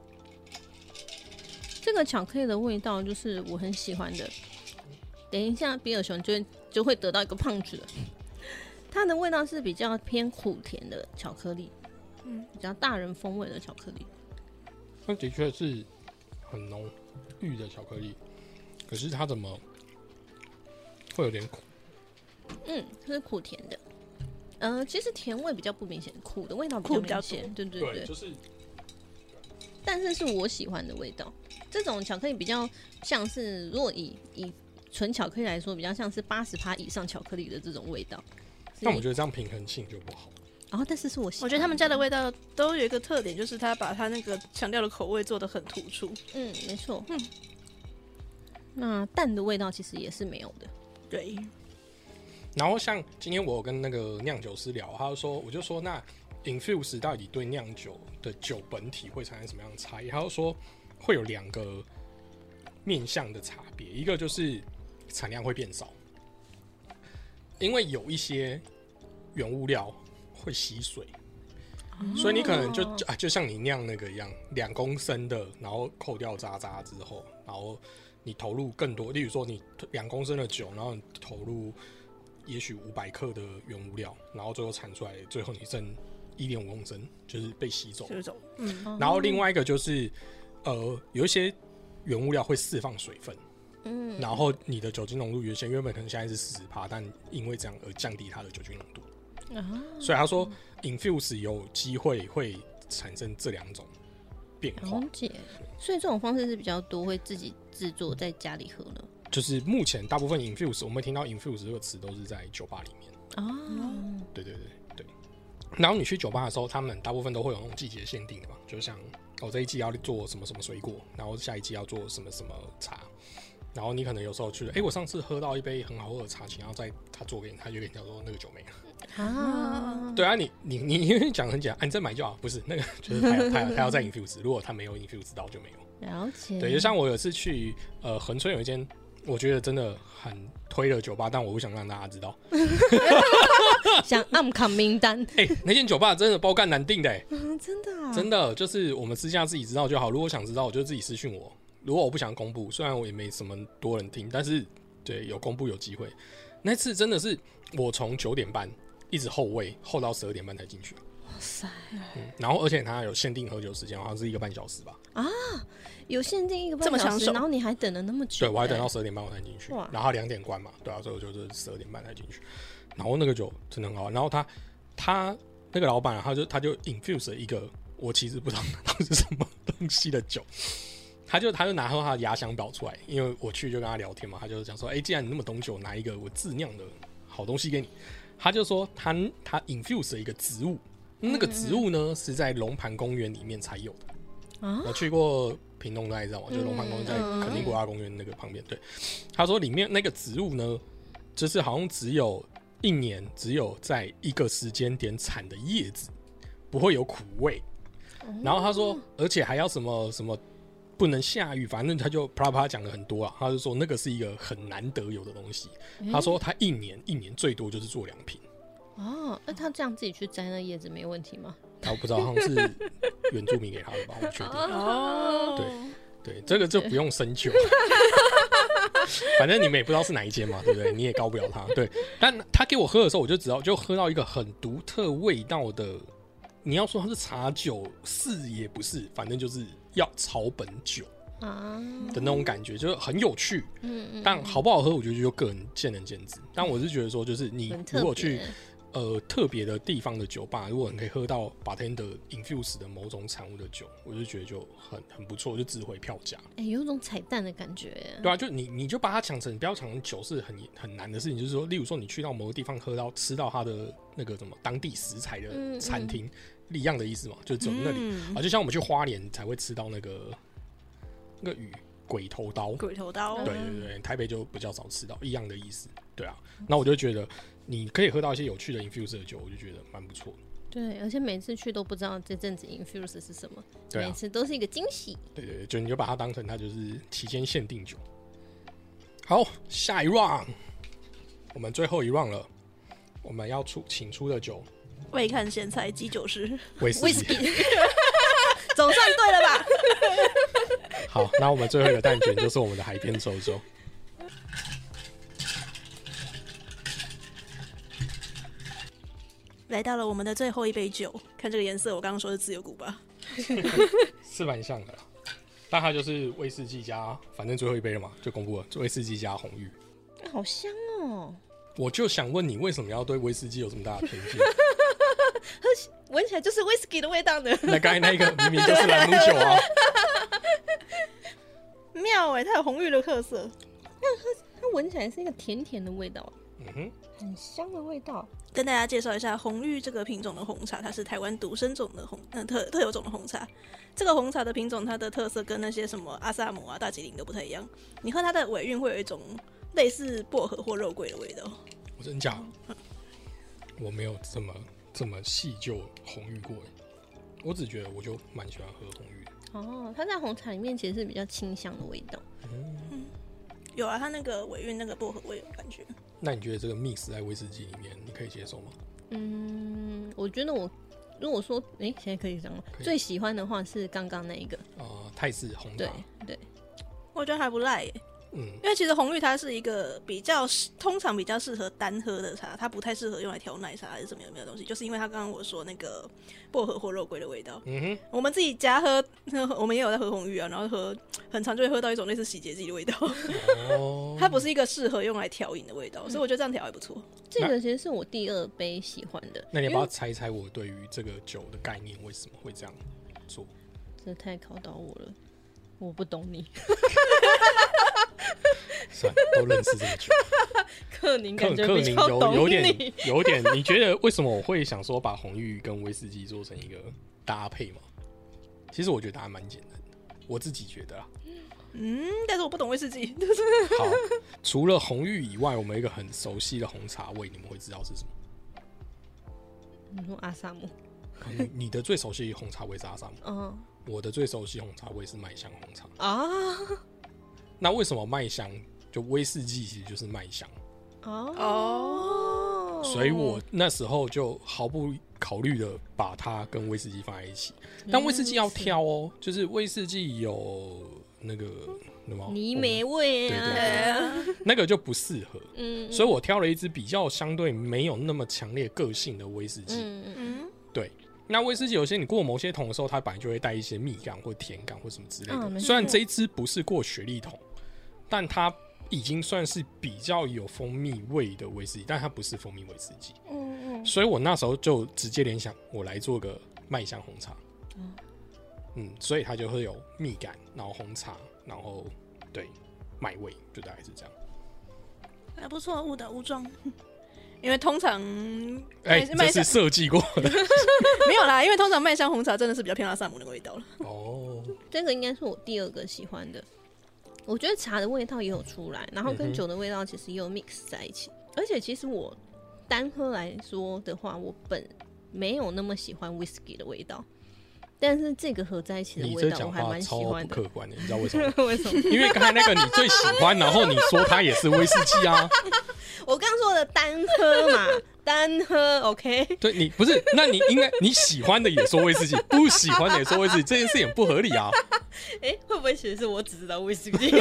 Speaker 2: 这个巧克力的味道就是我很喜欢的。等一下，比尔熊就会得到一个胖子了。它的味道是比较偏苦甜的巧克力，比较大人风味的巧克力。
Speaker 1: 那的确是很浓郁的巧克力，可是它怎么会有点苦？
Speaker 2: 是苦甜的。其实甜味比较不明显，苦的味道比较明显。对，
Speaker 1: 就是。
Speaker 2: 但是是我喜欢的味道。这种巧克力比较像是，如果以纯巧克力来说，比较像是80%以上巧克力的这种味道。
Speaker 1: 但我觉得这样平衡性就不好。
Speaker 2: 但是我喜欢。
Speaker 3: 我觉得他们家的味道都有一个特点，就是他把他那个强调的口味做得很突出。
Speaker 2: 没错。那蛋的味道其实也是没有的。
Speaker 3: 对。
Speaker 1: 然后像今天我有跟那个酿酒师聊，我就说那 infuse 到底对酿酒的酒本体会产生什么样的差异？他就说会有2个面向的差别，一个就是产量会变少，因为有一些原物料会吸水，所以你可能就像你酿那个一样，2公升的，然后扣掉渣渣之后，然后你投入更多，例如说你2公升的酒，然后你投入也许500克的原物料，然后最后产出来，最后你剩1.5公升，就是被吸走。然后另外一个就是有一些原物料会释放水分，然后你的酒精浓度原本可能现在是40%，但因为这样而降低它的酒精浓度。所以他说 infuse 有机会会产生这2种变化。
Speaker 2: 所以这种方式是比较多会自己制作在家里喝呢。
Speaker 1: 就是目前大部分 infuse 我们听到 infuse 这个词都是在酒吧里面。对。然后你去酒吧的时候，他们大部分都会有那种季节限定的嘛，就像这一季要做什么什么水果，然后下一季要做什么什么茶，然后你可能有时候去我上次喝到一杯很好喝的茶，然后他做给你，他就跟你讲说那个酒没了。对啊，你讲很简单，你再买就好，不是那个就是他要再 infuse， 如果他没有 infuse 到就没有。
Speaker 2: 了解。
Speaker 1: 对，就像我有次去恒春有一间我觉得真的很推的酒吧，但我不想让大家知道。
Speaker 2: 想暗卡名单。
Speaker 1: 那间酒吧真的包干难订的。
Speaker 2: 真的啊？
Speaker 1: 真的就是我们私下自己知道就好。如果想知道，我就自己私讯我。如果我不想公布，虽然我也没什么多人听，但是对有公布有机会。那次真的是我从9点半一直候位候到12点半才进去。
Speaker 2: 哇塞！
Speaker 1: 然后而且它有限定喝酒时间，好像是1个半小时吧。
Speaker 2: 有限定1个半小时，然后你还等了那么久。
Speaker 1: 对，我还等到12点半我才进去，然后2点关嘛，对啊，所以我就是12点半才进去。然后那个酒真的很好，然后他那个老板他就 infuse 了一个我其实不知道那是什么东西的酒，他就拿他的压箱宝出来，因为我去就跟他聊天嘛，他就讲说，既然你那么懂酒，拿一个我自酿的好东西给你。他就说他 infuse 了一个植物，那个植物呢是在龙盘公园里面才有的。我去过屏东，大家知道吗？就是龙盘公园在垦丁国家公园那个旁边。对，他说里面那个植物呢，就是好像只有1年，只有在一个时间点产的叶子，不会有苦味。然后他说，而且还要什么什么不能下雨，反正他就啪啪讲了很多啊。他就说那个是一个很难得有的东西。他说他一年最多就是做2瓶。
Speaker 2: 那他这样自己去摘那叶子没问题吗？
Speaker 1: 我不知道，好像是原住民给他的吧，我不确定。对，这个就不用深究。反正你们也不知道是哪一间嘛，对不对？你也告不了他。对，但他给我喝的时候，我就知道，就喝到一个很独特味道的。你要说它是茶酒，是也不是，反正就是要草本酒的那种感觉，就是很有趣。但好不好喝，我觉得就个人见仁见智。但我是觉得说，就是你如果去特别的地方的酒吧，如果你可以喝到 bartender infuse 的某种产物的酒，我就觉得就很不错，就值回票价。
Speaker 2: 有一种彩蛋的感觉。
Speaker 1: 对啊，就你就把它讲成，不要讲成酒是很难的事情，就是说，例如说你去到某个地方吃到它的那个什么当地食材的餐厅，一样的意思嘛，就只有那里就像我们去花莲才会吃到那个鱼鬼头刀，
Speaker 3: 鬼头刀，
Speaker 1: 对，台北就比较少吃到，一样的意思。对啊，那我就觉得你可以喝到一些有趣的 infuse 的酒，我就觉得蛮不错的。
Speaker 2: 对，而且每次去都不知道这阵子 infuse 是什么，
Speaker 1: 对啊，
Speaker 2: 每次都是一个惊喜。
Speaker 1: 对，就你就把它当成它就是期间限定酒。好，下一 round， 我们最后一 round 了，我们要请出的酒，
Speaker 3: 未看先猜基酒师
Speaker 1: 威士忌，
Speaker 3: 总算对了吧？
Speaker 1: 好，那我们最后一个蛋卷就是我们的海边周周。
Speaker 3: 来到了我们的最后一杯酒，看这个颜色，我刚刚说是自由古巴，
Speaker 1: 是蛮像的啦，但它就是威士忌加，反正最后一杯了嘛，就公布了，威士忌加红玉，
Speaker 2: 好香哦！
Speaker 1: 我就想问你，为什么要对威士忌有这么大的偏见？
Speaker 2: 闻起来就是威士忌的味道呢。
Speaker 1: 那刚才那个明明就是朗姆酒啊，
Speaker 3: 妙它有红玉的特色，
Speaker 2: 它闻起来是一个甜甜的味道，很香的味道。
Speaker 3: 跟大家介绍一下红玉这个品种的红茶，它是台湾独生种的特有种的红茶。这个红茶的品种，它的特色跟那些什么阿萨姆啊、大吉岭都不太一样。你喝它的尾韵会有一种类似薄荷或肉桂的味道。
Speaker 1: 我真假？我没有这么细究红玉过，我只觉得我就蛮喜欢喝红玉的。
Speaker 2: 它在红茶里面其实是比较清香的味道。
Speaker 3: 有啊，它那个尾韵那个薄荷味有感觉。
Speaker 1: 那你觉得这个 mix 在威士忌里面，你可以接受吗？
Speaker 2: 我觉得如果说，现在可以讲吗？最喜欢的话是刚刚那一个，
Speaker 1: 泰式红茶。
Speaker 2: 对，
Speaker 3: 我觉得还不赖耶。因为其实红玉它是一个通常比较适合单喝的茶，它不太适合用来调奶茶还是什么有没有东西，就是因为它刚刚我说那个薄荷或肉桂的味道。我们自己家喝，我们也有在喝红玉啊，然后很常就会喝到一种类似洗洁剂的味道。它不是一个适合用来调饮的味道，所以我觉得这样调还不错。
Speaker 2: 这个其实是我第2杯喜欢的。
Speaker 1: 那你要不要猜一猜我对于这个酒的概念为什么会这样做？
Speaker 2: 这太考到我了，我不懂你。
Speaker 1: 算了，都认识这么久，
Speaker 2: 克宁感觉比较懂你，
Speaker 1: 有点。你觉得为什么我会想说把红玉跟威士忌做成一个搭配吗？其实我觉得答案蛮简单的，我自己觉得啦。
Speaker 3: 但是我不懂威士忌。
Speaker 1: 好，除了红玉以外，我们有一个很熟悉的红茶味，你们会知道是什么？
Speaker 2: 你说阿萨姆？
Speaker 1: 你的最熟悉的红茶味是阿萨姆。我的最熟悉红茶味是麦香红茶
Speaker 2: 啊。
Speaker 1: 那为什么麦香就威士忌其实就是麦香？所以我那时候就毫不考虑的把它跟威士忌放在一起。但威士忌要挑哦，就是威士忌有那个
Speaker 2: 泥煤味啊，
Speaker 1: 对，那个就不适合。所以我挑了一支比较相对没有那么强烈个性的威士忌。对。那威士忌有些你过某些桶的时候，它本来就会带一些蜜感或甜感或什么之类的。虽然这一支不是过雪莉桶，但它已经算是比较有蜂蜜味的威士忌，但它不是蜂蜜威士忌。所以我那时候就直接联想，我来做个麦香红茶。所以它就会有蜜感，然后红茶，然后对麦味，就大概是这样。
Speaker 3: 还不错，误打误撞。因为通常，
Speaker 1: 这是设计过的，
Speaker 3: 没有啦。因为通常麦香红茶真的是比较偏阿萨姆那个味道了。
Speaker 2: 这个应该是我第2个喜欢的。我觉得茶的味道也有出来，然后跟酒的味道其实也有 mix 在一起。而且其实我单喝来说的话，我没有那么喜欢 whisky 的味道。但是这个合在一起的味道我还蛮喜欢的。
Speaker 1: 你这讲话超不客观的，你知道为什么？
Speaker 2: 为什么？
Speaker 1: 因为刚才那个你最喜欢，然后你说它也是威士忌啊。
Speaker 2: 我刚说的单喝嘛，单喝 OK。
Speaker 1: 对，你不是，那你应该你喜欢的也说威士忌，不喜欢的也说威士忌，这件事情不合理啊。
Speaker 2: 会不会其实是我只知道威士忌？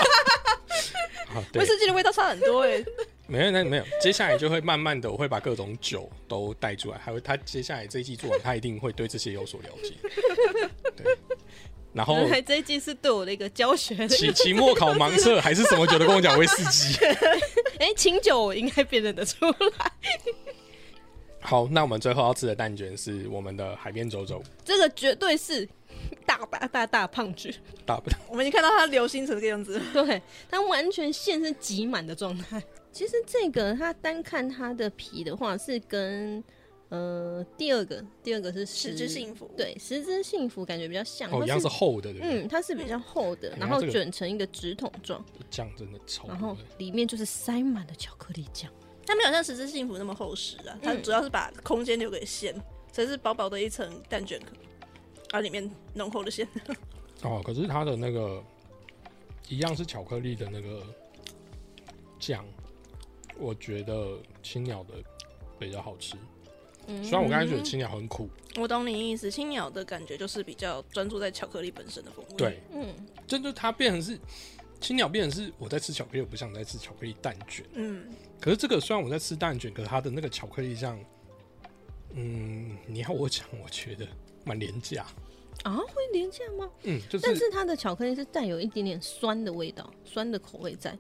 Speaker 3: 威士忌的味道差很多
Speaker 1: 没有，接下来就会慢慢的，我会把各种酒都带出来，还有他接下来这一季做完，他一定会对这些有所了解。对，然后
Speaker 2: 原来这一季是对我的一个教学的
Speaker 1: 期末考盲测还是什么酒的跟我讲威士忌。
Speaker 2: 清酒我应该辨认得出来。
Speaker 1: 好，那我们最后要吃的蛋卷是我们的海边走走，
Speaker 2: 这个绝对是大胖子，
Speaker 3: 我们已经看到它流心成这个样子，
Speaker 2: 对，它完全线是挤满的状态。其实这个它单看它的皮的话，是跟第二个是
Speaker 3: 十之幸福，
Speaker 2: 对，十之幸福感觉比较像，
Speaker 1: 一样是厚的，对不对？
Speaker 2: 它是比较厚的，然后卷成一个直筒状，
Speaker 1: 酱真的超多的，
Speaker 2: 然后里面就是塞满了巧克力酱。
Speaker 3: 它没有像十之幸福那么厚实啊，它主要是把空间留给馅，所以是薄薄的一层蛋卷壳，里面浓厚的馅。
Speaker 1: 可是它的那个一样是巧克力的那个酱，我觉得青鸟的比较好吃。虽然我刚才觉得青鸟很苦，
Speaker 3: 我懂你意思，青鸟的感觉就是比较专注在巧克力本身的风味。
Speaker 1: 对，就它变成是青鸟变成是我在吃巧克力，我不像在吃巧克力蛋卷。可是这个虽然我在吃蛋卷，可是它的那个巧克力酱，你要我讲，我觉得蛮廉价
Speaker 2: 啊，会廉价吗？
Speaker 1: 就是，
Speaker 2: 但是它的巧克力是带有一点点酸的味道，酸的口味在。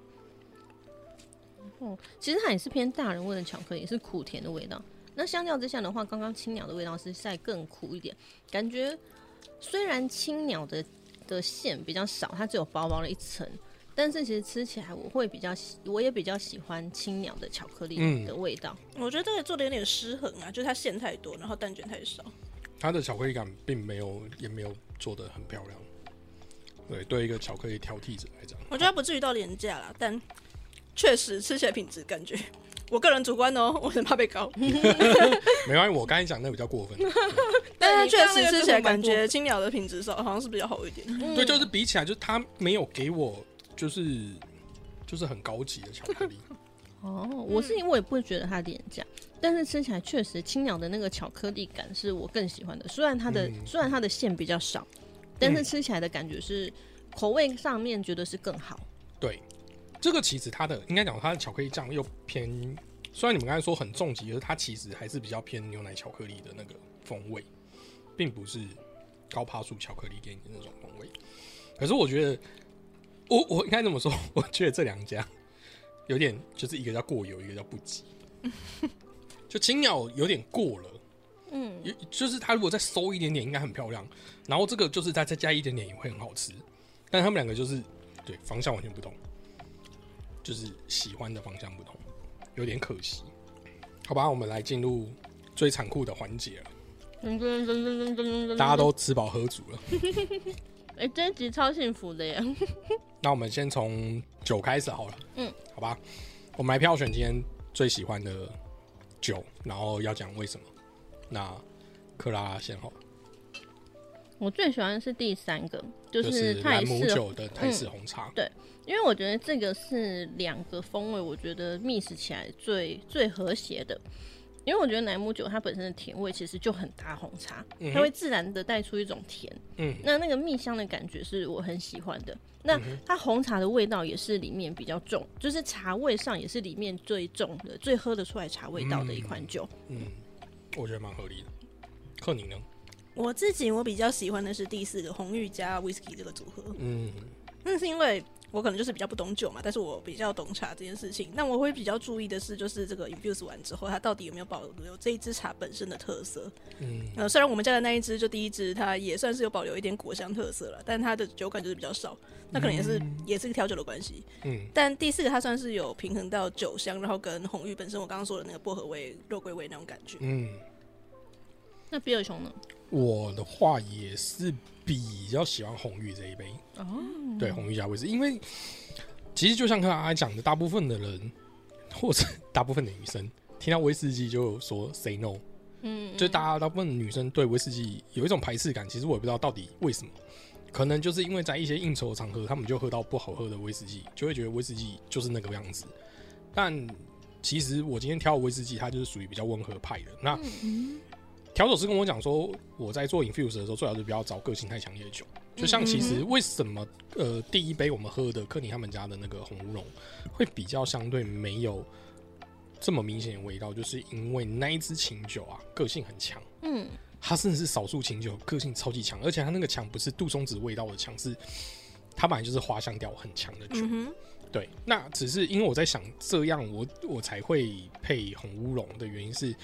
Speaker 2: 其实它也是偏大人味的巧克力，是苦甜的味道。那相较之下的话，刚刚青鸟的味道是再更苦一点，感觉虽然青鸟的馅比较少，它只有薄薄的一层。但是其实吃起来我也比较喜欢青鸟的巧克力的味道。
Speaker 3: 我觉得这个做的有点失衡啊，就是它馅太多，然后蛋卷太少。
Speaker 1: 它的巧克力感并没有，也没有做得很漂亮。对一个巧克力挑剔者来讲，
Speaker 3: 我觉得它不至于到廉价啦，但确实吃起来品质感觉，我个人主观哦，我很怕被告。
Speaker 1: 没关系，我刚才讲那比较过分。
Speaker 3: 但是确实吃起来感觉青鸟的品质好像是比较好一点。
Speaker 1: 对，就是比起来，就是它没有给我就是很高级的巧克力。
Speaker 2: 我也不会觉得它廉价，但是吃起来确实青鸟的那个巧克力感是我更喜欢的。虽然它的馅比较少，但是吃起来的感觉是口味上面觉得是更好。
Speaker 1: 对，这个其实它的应该讲它的巧克力酱又偏，虽然你们刚才说很重级，可是它其实还是比较偏牛奶巧克力的那个风味，并不是高趴数巧克力给你的那种风味。可是我觉得。我应该这么说，我觉得这两家有点就是一个叫过油，一个叫不及。就青鸟有点过了，就是它如果再收一点点，应该很漂亮。然后这个就是再加一点点也会很好吃，但他们两个就是对方向完全不同，就是喜欢的方向不同，有点可惜。好吧，我们来进入最残酷的环节了。大家都吃饱喝足了。
Speaker 2: 这一集超幸福的耶！
Speaker 1: 那我们先从酒开始好了，好吧，我们来票选今天最喜欢的酒，然后要讲为什么。那克拉拉先好了。
Speaker 2: 我最喜欢的是第三个，就是
Speaker 1: 兰姆酒的泰式红茶。
Speaker 2: 对，因为我觉得这个是两个风味，我觉得 mix 起来最和谐的。因为我觉得莱姆酒它本身的甜味其实就很搭红茶，它会自然的带出一种甜，那个蜜香的感觉是我很喜欢的。那它红茶的味道也是里面比较重，就是茶味上也是里面最重的、最喝得出来茶味道的一款酒。
Speaker 1: 我觉得蛮合理的。克宁呢？
Speaker 3: 我比较喜欢的是第四个红玉加 whisky 这个组合。那是因为我可能就是比较不懂酒嘛，但是我比较懂茶这件事情。那我会比较注意的是，就是这个 infuse 完之后，它到底有没有保留这一支茶本身的特色。虽然我们家的那一支就第一支，它也算是有保留一点果香特色了，但它的酒感就是比较少，那可能也是调酒的关系。但第四个它算是有平衡到酒香，然后跟红玉本身我刚刚说的那个薄荷味、肉桂味那种感觉。
Speaker 2: 那比尔熊呢？
Speaker 1: 我的话也是比较喜欢红玉这一杯。对，红玉加威士，因为其实就像刚才讲的，大部分的人或者大部分的女生听到威士忌就说 say no，就大部分的女生对威士忌有一种排斥感。其实我也不知道到底为什么，可能就是因为在一些应酬场合，他们就喝到不好喝的威士忌，就会觉得威士忌就是那个样子。但其实我今天挑的威士忌，它就是属于比较温和派的。那调酒师跟我讲说，我在做 infuse 的时候，最好是不要找个性太强烈的酒。就像其实为什么第一杯我们喝的克尼他们家的那个红乌龙会比较相对没有这么明显的味道，就是因为那一支琴酒啊个性很强。它甚至是少数琴酒个性超级强，而且它那个强不是杜松子味道的强，是它本来就是花香调很强的酒。对，那只是因为我在想这样我才会配红乌龙的原因是，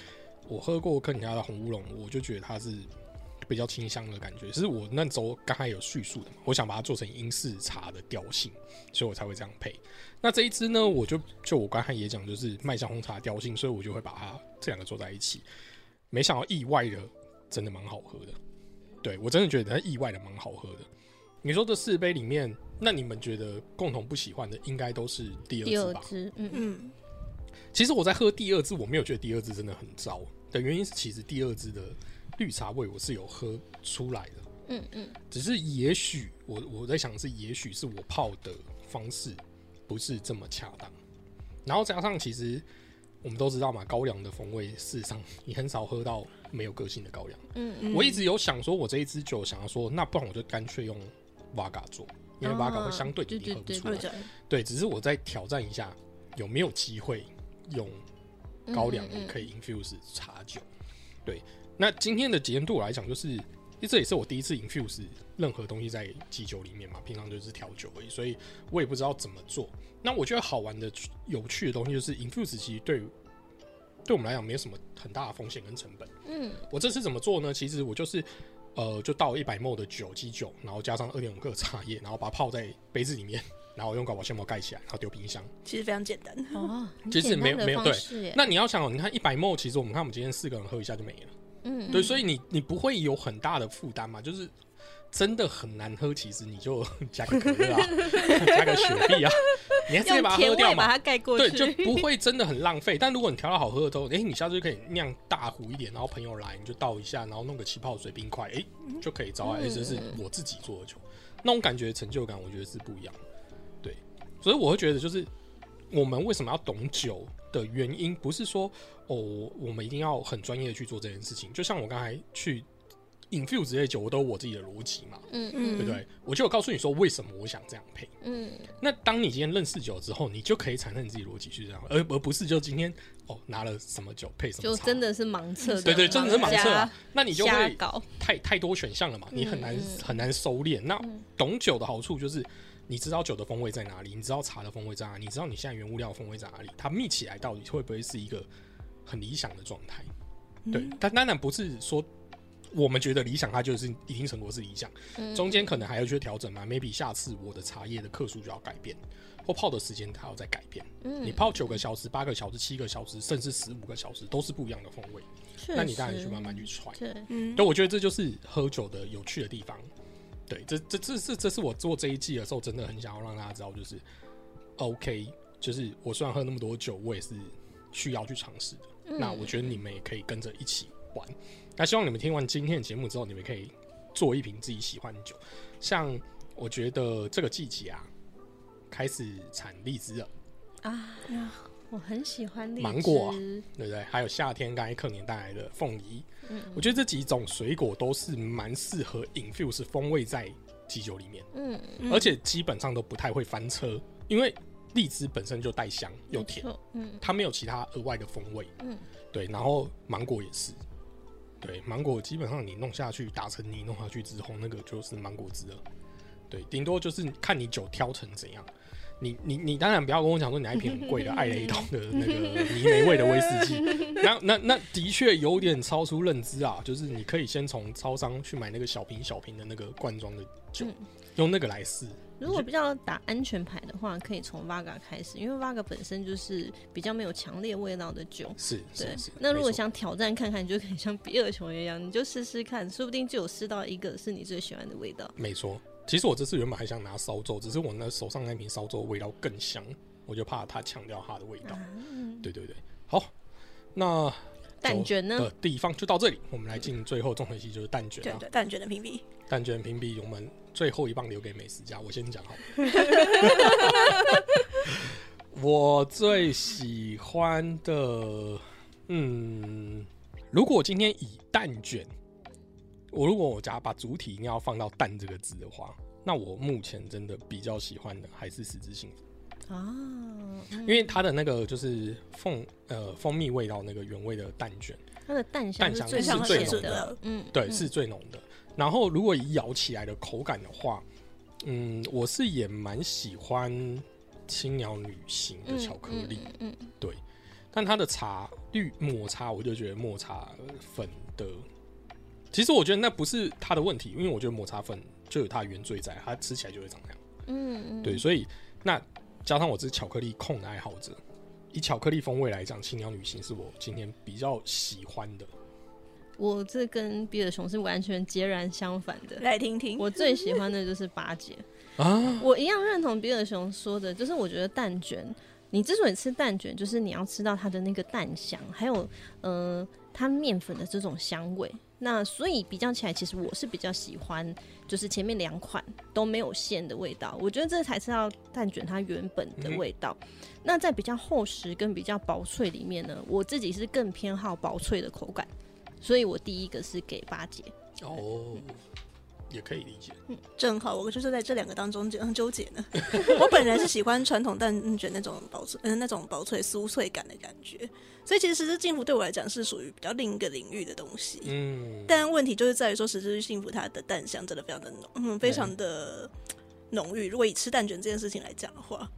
Speaker 1: 我喝过科尼家的红乌龙，我就觉得它是比较清香的感觉，是我那时候刚才有叙述的嘛，我想把它做成英式茶的调性，所以我才会这样配。那这一支呢，我就我刚才也讲，就是麦香红茶的调性，所以我就会把它这两个做在一起。没想到意外的真的蛮好喝的，对，我真的觉得它意外的蛮好喝的。你说这4杯里面，那你们觉得共同不喜欢的应该都是第二支吧？其实我在喝第二支，我没有觉得第二支真的很糟的原因是，其实第二支的绿茶味我是有喝出来的，只是也许我在想是，也许是我泡的方式不是这么恰当，然后加上其实我们都知道嘛，高粱的风味事实上你很少喝到没有个性的高粱。我一直有想说，我这一支酒想要说，那不然我就干脆用 Vaga 做，因为 Vaga 会相对你喝不出来。对，只是我再挑战一下，有没有机会用高粱也可以 infuse 茶酒。对，那今天的结论对我来讲，就是这也是我第一次 infuse 任何东西在基酒里面嘛，平常就是调酒而已，所以我也不知道怎么做。那我觉得好玩的、有趣的东西就是 infuse 其实对我们来讲没有什么很大的风险跟成本。我这次怎么做呢？其实我就是就倒100ml 的酒基酒，然后加上2.5克茶叶，然后把它泡在杯子里面，然后用搞保鲜膜盖起来，然后丢冰箱。
Speaker 3: 其实非常简单
Speaker 2: 哦，
Speaker 1: 其实没有对。那你要想你看100ml，其实我们今天4个人喝一下就没了。对，所以你不会有很大的负担嘛，就是真的很难喝，其实你就加个可乐啊，加个雪碧啊，你还是可以把它喝掉嘛，
Speaker 2: 把它盖过去，
Speaker 1: 对，就不会真的很浪费。但如果你调到好喝的之后，你下次就可以酿大壶一点，然后朋友来你就倒一下，然后弄个气泡水、冰块，就可以招来。这是我自己做的酒，那种感觉成就感，我觉得是不一样的。对，所以我会觉得就是我们为什么要懂酒的原因，不是说我们一定要很专业的去做这件事情。就像我刚才去 infuse 这些酒，我都有我自己的逻辑嘛，对不对？我就有告诉你说为什么我想这样配。那当你今天认识酒之后，你就可以产生你自己逻辑去这样，而不是就今天拿了什么酒配什么茶，
Speaker 2: 就真的是盲测。
Speaker 1: 对，真的是盲测啊。那你就会太多选项了嘛，你很难收敛。那懂酒的好处就是，你知道酒的风味在哪里，你知道茶的风味在哪里，你知道你现在原物料的风味在哪里，它密起来到底会不会是一个很理想的状态？对，但当然不是说我们觉得理想，它就是一定成果是理想，中间可能还要去调整嘛。maybe 下次我的茶叶的克数就要改变，或泡的时间它要再改变。你泡9个小时、8个小时、7个小时，甚至15个小时，都是不一样的风味。那你当然去慢慢去揣。对，我觉得这就是喝酒的有趣的地方。对，这是我做这一季的时候真的很想要让大家知道，就是 OK， 就是我虽然喝那么多酒，我也是需要去尝试的。那我觉得你们也可以跟着一起玩。那希望你们听完今天的节目之后，你们可以做一瓶自己喜欢的酒。像我觉得这个季节啊，开始产荔枝了
Speaker 2: 啊，我很喜欢荔枝、
Speaker 1: 芒果、对不对？还有夏天刚才克年带来的凤梨。我觉得这几种水果都是蛮适合 infuse 风味在基酒里面。而且基本上都不太会翻车，因为荔枝本身就带香又甜，它没有其他额外的风味。对，然后芒果也是。对，芒果基本上你弄下去打成泥，弄下去之后，那个就是芒果汁了。对，顶多就是看你酒挑成怎样。你当然不要跟我讲说你那一瓶很贵的艾雷岛的那个泥煤味的威士忌，那的确有点超出认知啊。就是你可以先从超商去买那个小瓶的那个罐装的酒，用那个来试。
Speaker 2: 如果比较打安全牌的话，可以从 Vaga 开始，因为 Vaga 本身就是比较没有强烈味道的酒。
Speaker 1: 是。
Speaker 2: 那如果想挑战看看，你就可以像比尔熊一样，你就试试看，说不定就有试到一个是你最喜欢的味道。
Speaker 1: 没错。其实我这次原本还想拿烧粥，只是我那手上那瓶烧粥味道更香，我就怕它强调它的味道。对，好，那
Speaker 2: 蛋卷呢？
Speaker 1: 地方就到这里，我们来进最后重头戏，就是蛋卷。
Speaker 3: 对，蛋卷的评比。
Speaker 1: 蛋卷评比，我们最后一棒留给美食家，我先讲好了。我最喜欢的，如果今天以蛋卷。如果我假把主体一定要放到蛋这个字的话，那我目前真的比较喜欢的还是十字幸福因为它的那个就是蜂蜜味道那个原味的蛋卷，
Speaker 2: 它的蛋香是最
Speaker 1: 浓的，对，是最浓的。然后如果以咬起来的口感的话，我是也蛮喜欢青鸟女型的巧克力，对。 但它的茶绿抹茶，我就觉得抹茶粉的，其实我觉得那不是它的问题，因为我觉得抹茶粉就有它的原罪在，它吃起来就会长那样。对，所以那加上我是巧克力控的爱好者，以巧克力风味来讲，青鸟旅行是我今天比较喜欢的。
Speaker 2: 我这跟比尔熊是完全截然相反的，
Speaker 3: 来听听。
Speaker 2: 我最喜欢的就是八姐
Speaker 1: 啊，
Speaker 2: 我一样认同比尔熊说的，就是我觉得蛋卷，你之所以吃蛋卷，就是你要吃到它的那个蛋香，还有它面粉的这种香味。那所以比较起来，其实我是比较喜欢，就是前面2款都没有馅的味道，我觉得这才是要蛋卷它原本的味道。那在比较厚实跟比较薄脆里面呢，我自己是更偏好薄脆的口感，所以我第一个是给八姐。
Speaker 1: 也可以理解。
Speaker 3: 正好我就是在这2个当中纠结呢。我本人是喜欢传统蛋卷那种薄脆酥脆感的感觉，所以其实实质幸福对我来讲是属于比较另一个领域的东西。但问题就是在于说，实质幸福它的蛋香真的非常的浓，非常的浓郁。如果以吃蛋卷这件事情来讲的话，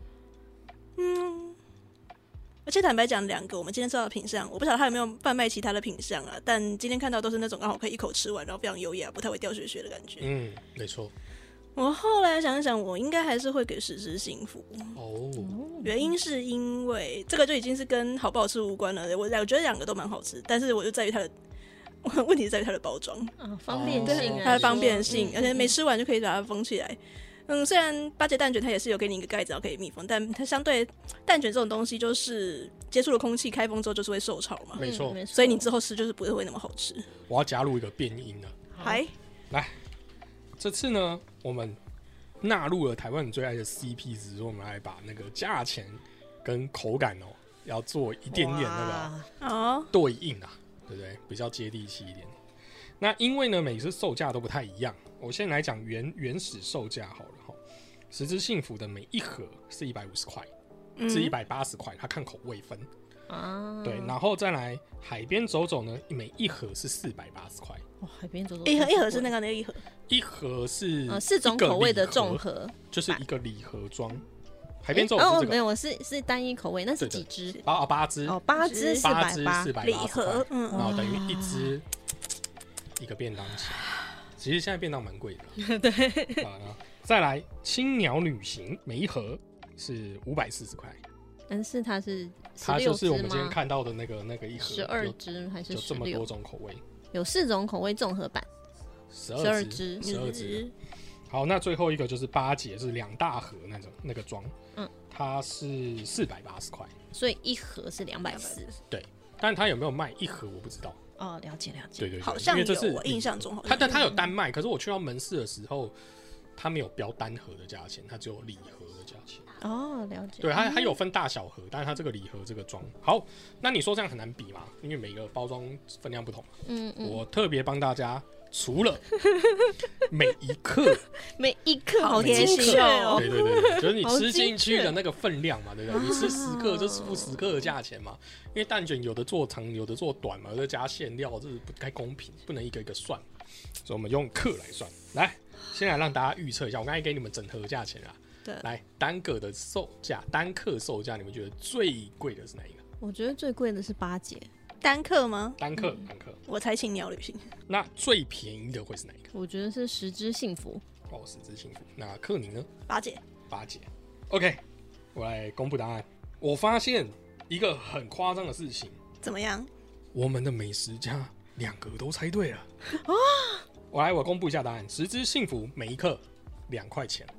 Speaker 3: 而且坦白讲，2个我们今天吃到的品项，我不晓得他有没有贩卖其他的品项啊，但今天看到都是那种刚好可以一口吃完，然后非常优雅，不太会掉屑屑的感觉。
Speaker 1: 没错。
Speaker 3: 我后来想一想，我应该还是会给实质幸福。原因是因为这个就已经是跟好不好吃无关了。我觉得2个都蛮好吃，但是我就在于它的问题是在于它的包装，
Speaker 2: 方便性，
Speaker 3: 它的方便性，而且没吃完就可以把它封起来。虽然八节蛋卷它也是有给你一个盖子，然后可以密封，但它相对蛋卷这种东西，就是接触了空气，开封之后就是会受潮嘛，
Speaker 1: 没错，
Speaker 3: 所以你之后吃就是不会那么好吃。
Speaker 1: 我要加入一个变音了，
Speaker 3: 来，
Speaker 1: 这次呢，我们纳入了台湾人最爱的 CP 值，所以我们来把那个价钱跟口感要做一点点那个对应啊，对不对？比较接地气一点。那因为呢，每次售价都不太一样，我先来讲原始售价好了哈。实质幸福的每一盒是150块，是180块，它看口味分对，然后再来海边走走呢，每一盒是480块。
Speaker 2: 海边走走
Speaker 3: 一盒是那个一盒，
Speaker 1: 一盒是
Speaker 2: 4种口味的综合，
Speaker 1: 就是一个礼盒装。海边走走是这个
Speaker 2: 没有，是单一口味，那是几支
Speaker 1: ？8支
Speaker 2: ，8支480
Speaker 3: 礼盒，
Speaker 1: 然后等于1支一个便当钱。其实现在便当蛮贵的，
Speaker 2: 对。
Speaker 1: 再来青鸟旅行，每一盒是540块，
Speaker 2: 但是它
Speaker 1: 就是我们今天看到的那个一盒
Speaker 2: 12支还是16？
Speaker 1: 有这么多种口味，
Speaker 2: 有4种口味综合版，12支。
Speaker 1: 好，那最后一个就是八节，是2大盒那个装，它是480块，
Speaker 2: 所以一盒是240。
Speaker 1: 对，但它有没有卖一盒我不知道。
Speaker 2: 了解。
Speaker 1: 对，
Speaker 3: 好像有，我印象中好像
Speaker 1: 它有单卖，可是我去到门市的时候，它没有标单盒的价钱，它只有礼盒的价钱。
Speaker 2: 了解。
Speaker 1: 对，它有分大小盒，但是它这个礼盒这个装好，那你说这样很难比嘛？因为每个包装分量不同。我特别帮大家除了每一克
Speaker 2: 好精确哦。
Speaker 1: 对，就是你吃进去的那个分量嘛，对不对？你吃10克就是付10克的价钱嘛。因为蛋卷有的做长，有的做短嘛，有的加馅料，这是不太公平，不能一个一个算，所以我们用克来算。来，先来让大家预测一下，我刚才给你们整盒价钱啊。
Speaker 3: 对，
Speaker 1: 来单个的售价，单克售价，你们觉得最贵的是哪一个？
Speaker 2: 我觉得最贵的是八节。
Speaker 3: 单克吗？
Speaker 1: 单克。
Speaker 3: 我猜青鸟旅行。
Speaker 1: 那最便宜的会是哪一个？
Speaker 2: 我觉得是实质幸福。
Speaker 1: 实质幸福。那克宁呢？
Speaker 3: 八节。
Speaker 1: OK， 我来公布答案。我发现一个很夸张的事情。
Speaker 3: 怎么样？
Speaker 1: 我们的美食家2个都猜对了。我公布一下答案。实质幸福每一克2块钱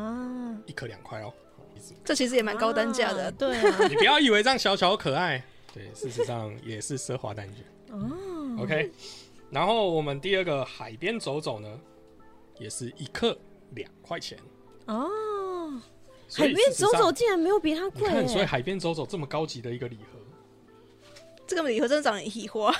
Speaker 1: 1克2块哦。
Speaker 3: 这其实也蛮高单价的。
Speaker 2: 对啊。
Speaker 1: 你不要以为这样小小可爱。对，事实上也是奢华蛋卷。OK， 然后我们第2个海边走走呢，也是1克2块钱。
Speaker 2: 海边走走竟然没有比它贵。
Speaker 1: 所以海边走走这么高级的一个礼盒，
Speaker 3: 这个礼盒真的长得很喜欢。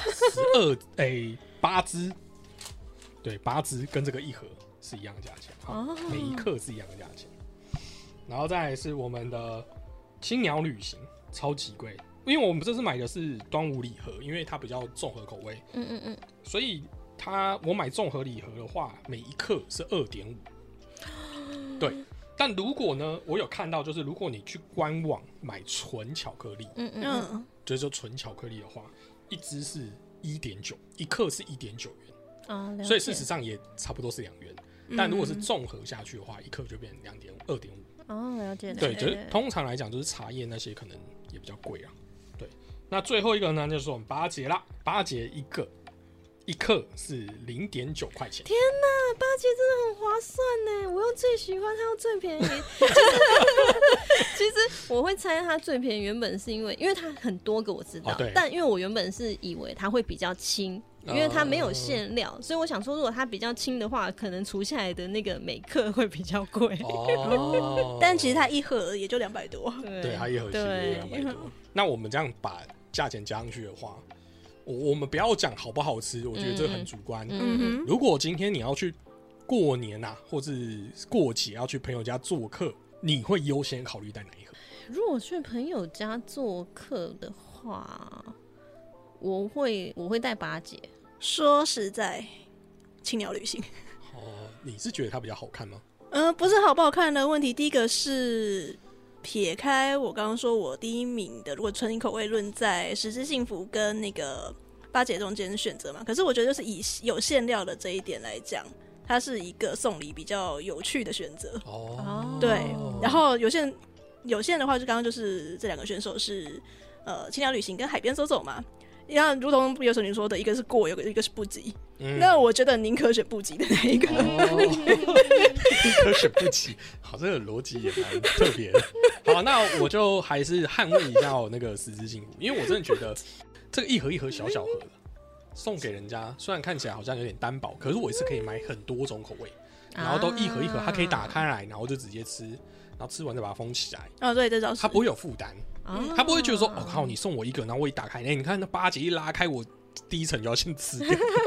Speaker 1: 8支，对，8支跟这个1盒是一样的价钱，每1克是一样的价钱。然后再来是我们的青鸟旅行，超级贵。因为我们这次买的是端午礼盒，因为它比较综合口味，所以我买综合礼盒的话，每1克是2.5，对， 但如果呢，我有看到，就是如果你去官网买纯巧克力，就是说纯巧克力的话，一支是1.9，一克是1.9元，所以事实上也差不多是2元。但如果是综合下去的话，一克就变成2.5。
Speaker 2: 哦，了解。
Speaker 1: 对，就是通常来讲，就是茶叶那些可能也比较贵啊。对，那最后一个呢，就是我们八节啦，八节一克是0.9块钱。
Speaker 2: 天哪，八节真的很划算呢！我又最喜欢它，又最便宜。其实我会猜它最便宜，原本是因为它很多个我知道，但因为我原本是以为它会比较轻。因为它没有馅料，所以我想说，如果它比较轻的话，可能除下来的那个每克会比较贵。
Speaker 3: 但其实它一盒也就200多。
Speaker 1: 对，它一盒其实200多。那我们这样把价钱加上去的话，我们不要讲好不好吃，我觉得这很主观。如果今天你要去过年啊，或是过节要去朋友家做客，你会优先考虑带哪一盒？
Speaker 2: 如果去朋友家做客的话，我会带八节。
Speaker 3: 说实在，青鸟旅行。
Speaker 1: 你是觉得它比较好看吗？
Speaker 3: 不是好不好看的问题。第一个是撇开我刚刚说我第一名的，如果纯饮口味论在十之幸福跟那个八节中间选择嘛，可是我觉得就是以有馅料的这一点来讲，它是一个送礼比较有趣的选择。对，然后有限的话，就刚刚就是这2个选手是青鸟旅行跟海边走走嘛。像如同有手女说的，一个是过，一个是不及。那我觉得宁可选不及的那一个。
Speaker 1: 宁可选不及，好，这个逻辑也蛮特别的。好，那我就还是捍卫一下我那个十之幸福，因为我真的觉得这个一盒小盒的送给人家，虽然看起来好像有点单薄，可是我也是可以买很多种口味，然后都一盒，它可以打开来，然后就直接吃，然后吃完再把它封起来。
Speaker 3: 对，这倒是。
Speaker 1: 它不会有负担。他不会觉得说，靠，你送我一个，然后我一打开，你看那八节一拉开，我第一层就要先吃掉。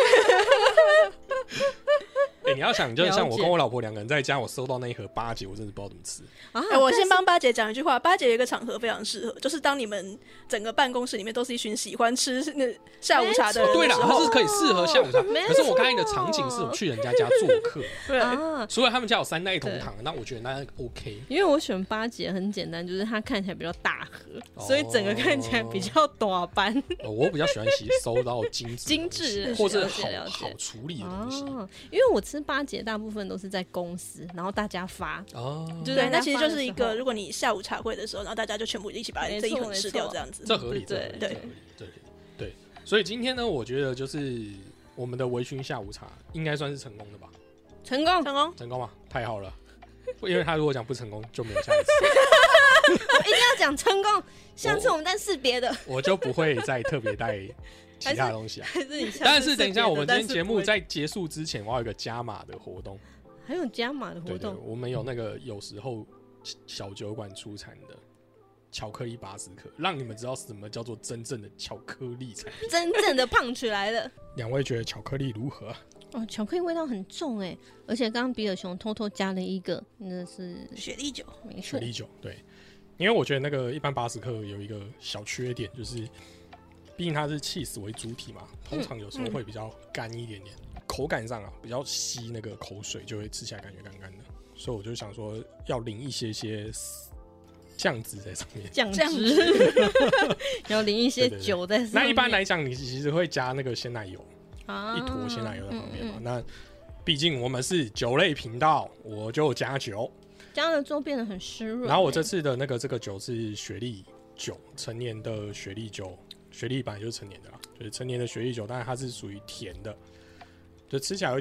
Speaker 1: 你要想，就像我跟我老婆2个人在家，我收到那一盒八节，我真的不知道怎么吃。
Speaker 3: 我先帮八节讲一句话，八节有一个场合非常适合，就是当你们整个办公室里面都是一群喜欢吃下午茶的人。
Speaker 1: 对啦，它是可以适合下午茶。可是我刚才的场景是我去人家家做客，对，所以他们家有3代同堂，那我觉得那 OK。
Speaker 2: 因为我选八节很简单，就是它看起来比较大盒，所以整个看起来比较大班。
Speaker 1: 我比较喜欢收到精致或者好处理的东西。
Speaker 2: 因为我吃八节大部分都是在公司，然后大家发
Speaker 3: 对，那其实就是一个，如果你下午茶会的时候，然后大家就全部一起把这一盒吃掉，这样子，
Speaker 1: 这合理，对。所以今天呢，我觉得就是我们的微醺下午茶应该算是成功的吧？
Speaker 2: 成功
Speaker 1: 吗？太好了，因为他如果讲不成功，就没有下一
Speaker 2: 次。一定要讲成功，下次我们再试别的，
Speaker 1: 我就不会再特别带其他东西啊。但是等一下，我们今天节目在结束之前，我要有一个加码的活动。
Speaker 2: 还有加码的活动？
Speaker 1: 对，我们有那个有时候小酒馆出产的巧克力80克，让你们知道什么叫做真正的巧克力产品，
Speaker 2: 真正的胖起来了。
Speaker 1: 2位觉得巧克力如何？
Speaker 2: 巧克力味道很重哎，而且刚刚比尔熊偷偷加了一个，那是
Speaker 3: 雪莉酒，
Speaker 2: 没错，
Speaker 1: 雪莉酒对。因为我觉得那个一般80克有一个小缺点，就是毕竟它是起司为主体嘛，通常有时候会比较干一点点，口感上比较吸那个口水，就会吃起来感觉干干的。所以我就想说要淋一些酱汁在上面，
Speaker 2: 酱汁要淋一些酒在上面。
Speaker 1: 那一般来讲，你其实会加那个鲜奶油，一坨鲜奶油在旁边嘛。那毕竟我们是酒类频道，我就加酒。
Speaker 2: 加了之后变得很湿润。
Speaker 1: 然后我这次的这个酒是雪莉酒，成年的雪莉酒，雪莉本来就是成年的啦，就是成年的雪莉酒，但是它是属于甜的，就吃起来有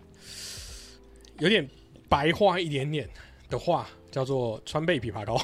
Speaker 1: 点白化一点点的话，叫做川贝枇杷膏。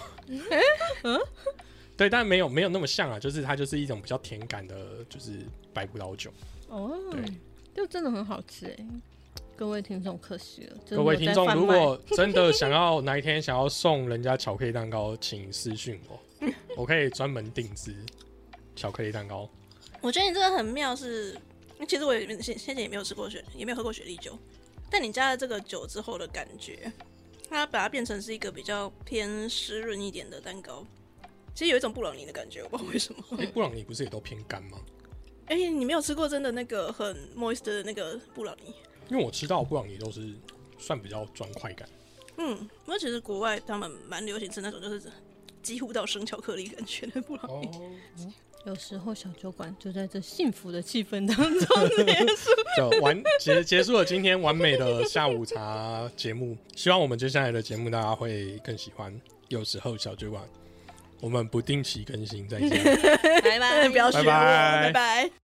Speaker 1: 对，但没有那么像啊，就是它就是一种比较甜感的，就是白葡萄酒。对，
Speaker 2: 就真的很好吃哎。各位听众可惜了，
Speaker 1: 各位听众如果真的想要哪一天想要送人家巧克力蛋糕，请私讯我，我可以专门定制巧克力蛋糕。
Speaker 3: 我觉得你这个很妙是，其实我现在也没有吃过也没有喝过雪莉酒，但你加了这个酒之后的感觉，它把它变成是一个比较偏湿润一点的蛋糕，其实有一种布朗尼的感觉，我不知道为什么。
Speaker 1: 布朗尼不是也都偏干吗？
Speaker 3: 你没有吃过真的那个很 moist 的那个布朗尼？
Speaker 1: 因为我吃到的布朗尼都是算比较专快感。
Speaker 3: 不过其实国外他们蛮流行吃那种就是几乎到生巧克力感觉的布朗尼。
Speaker 2: 有时候小酒馆就在这幸福的气氛当中
Speaker 1: 结束了今天完美的下午茶节目。希望我们接下来的节目大家会更喜欢。有时候小酒馆，我们不定期更新，再见，
Speaker 3: 拜拜，不要学我，拜拜。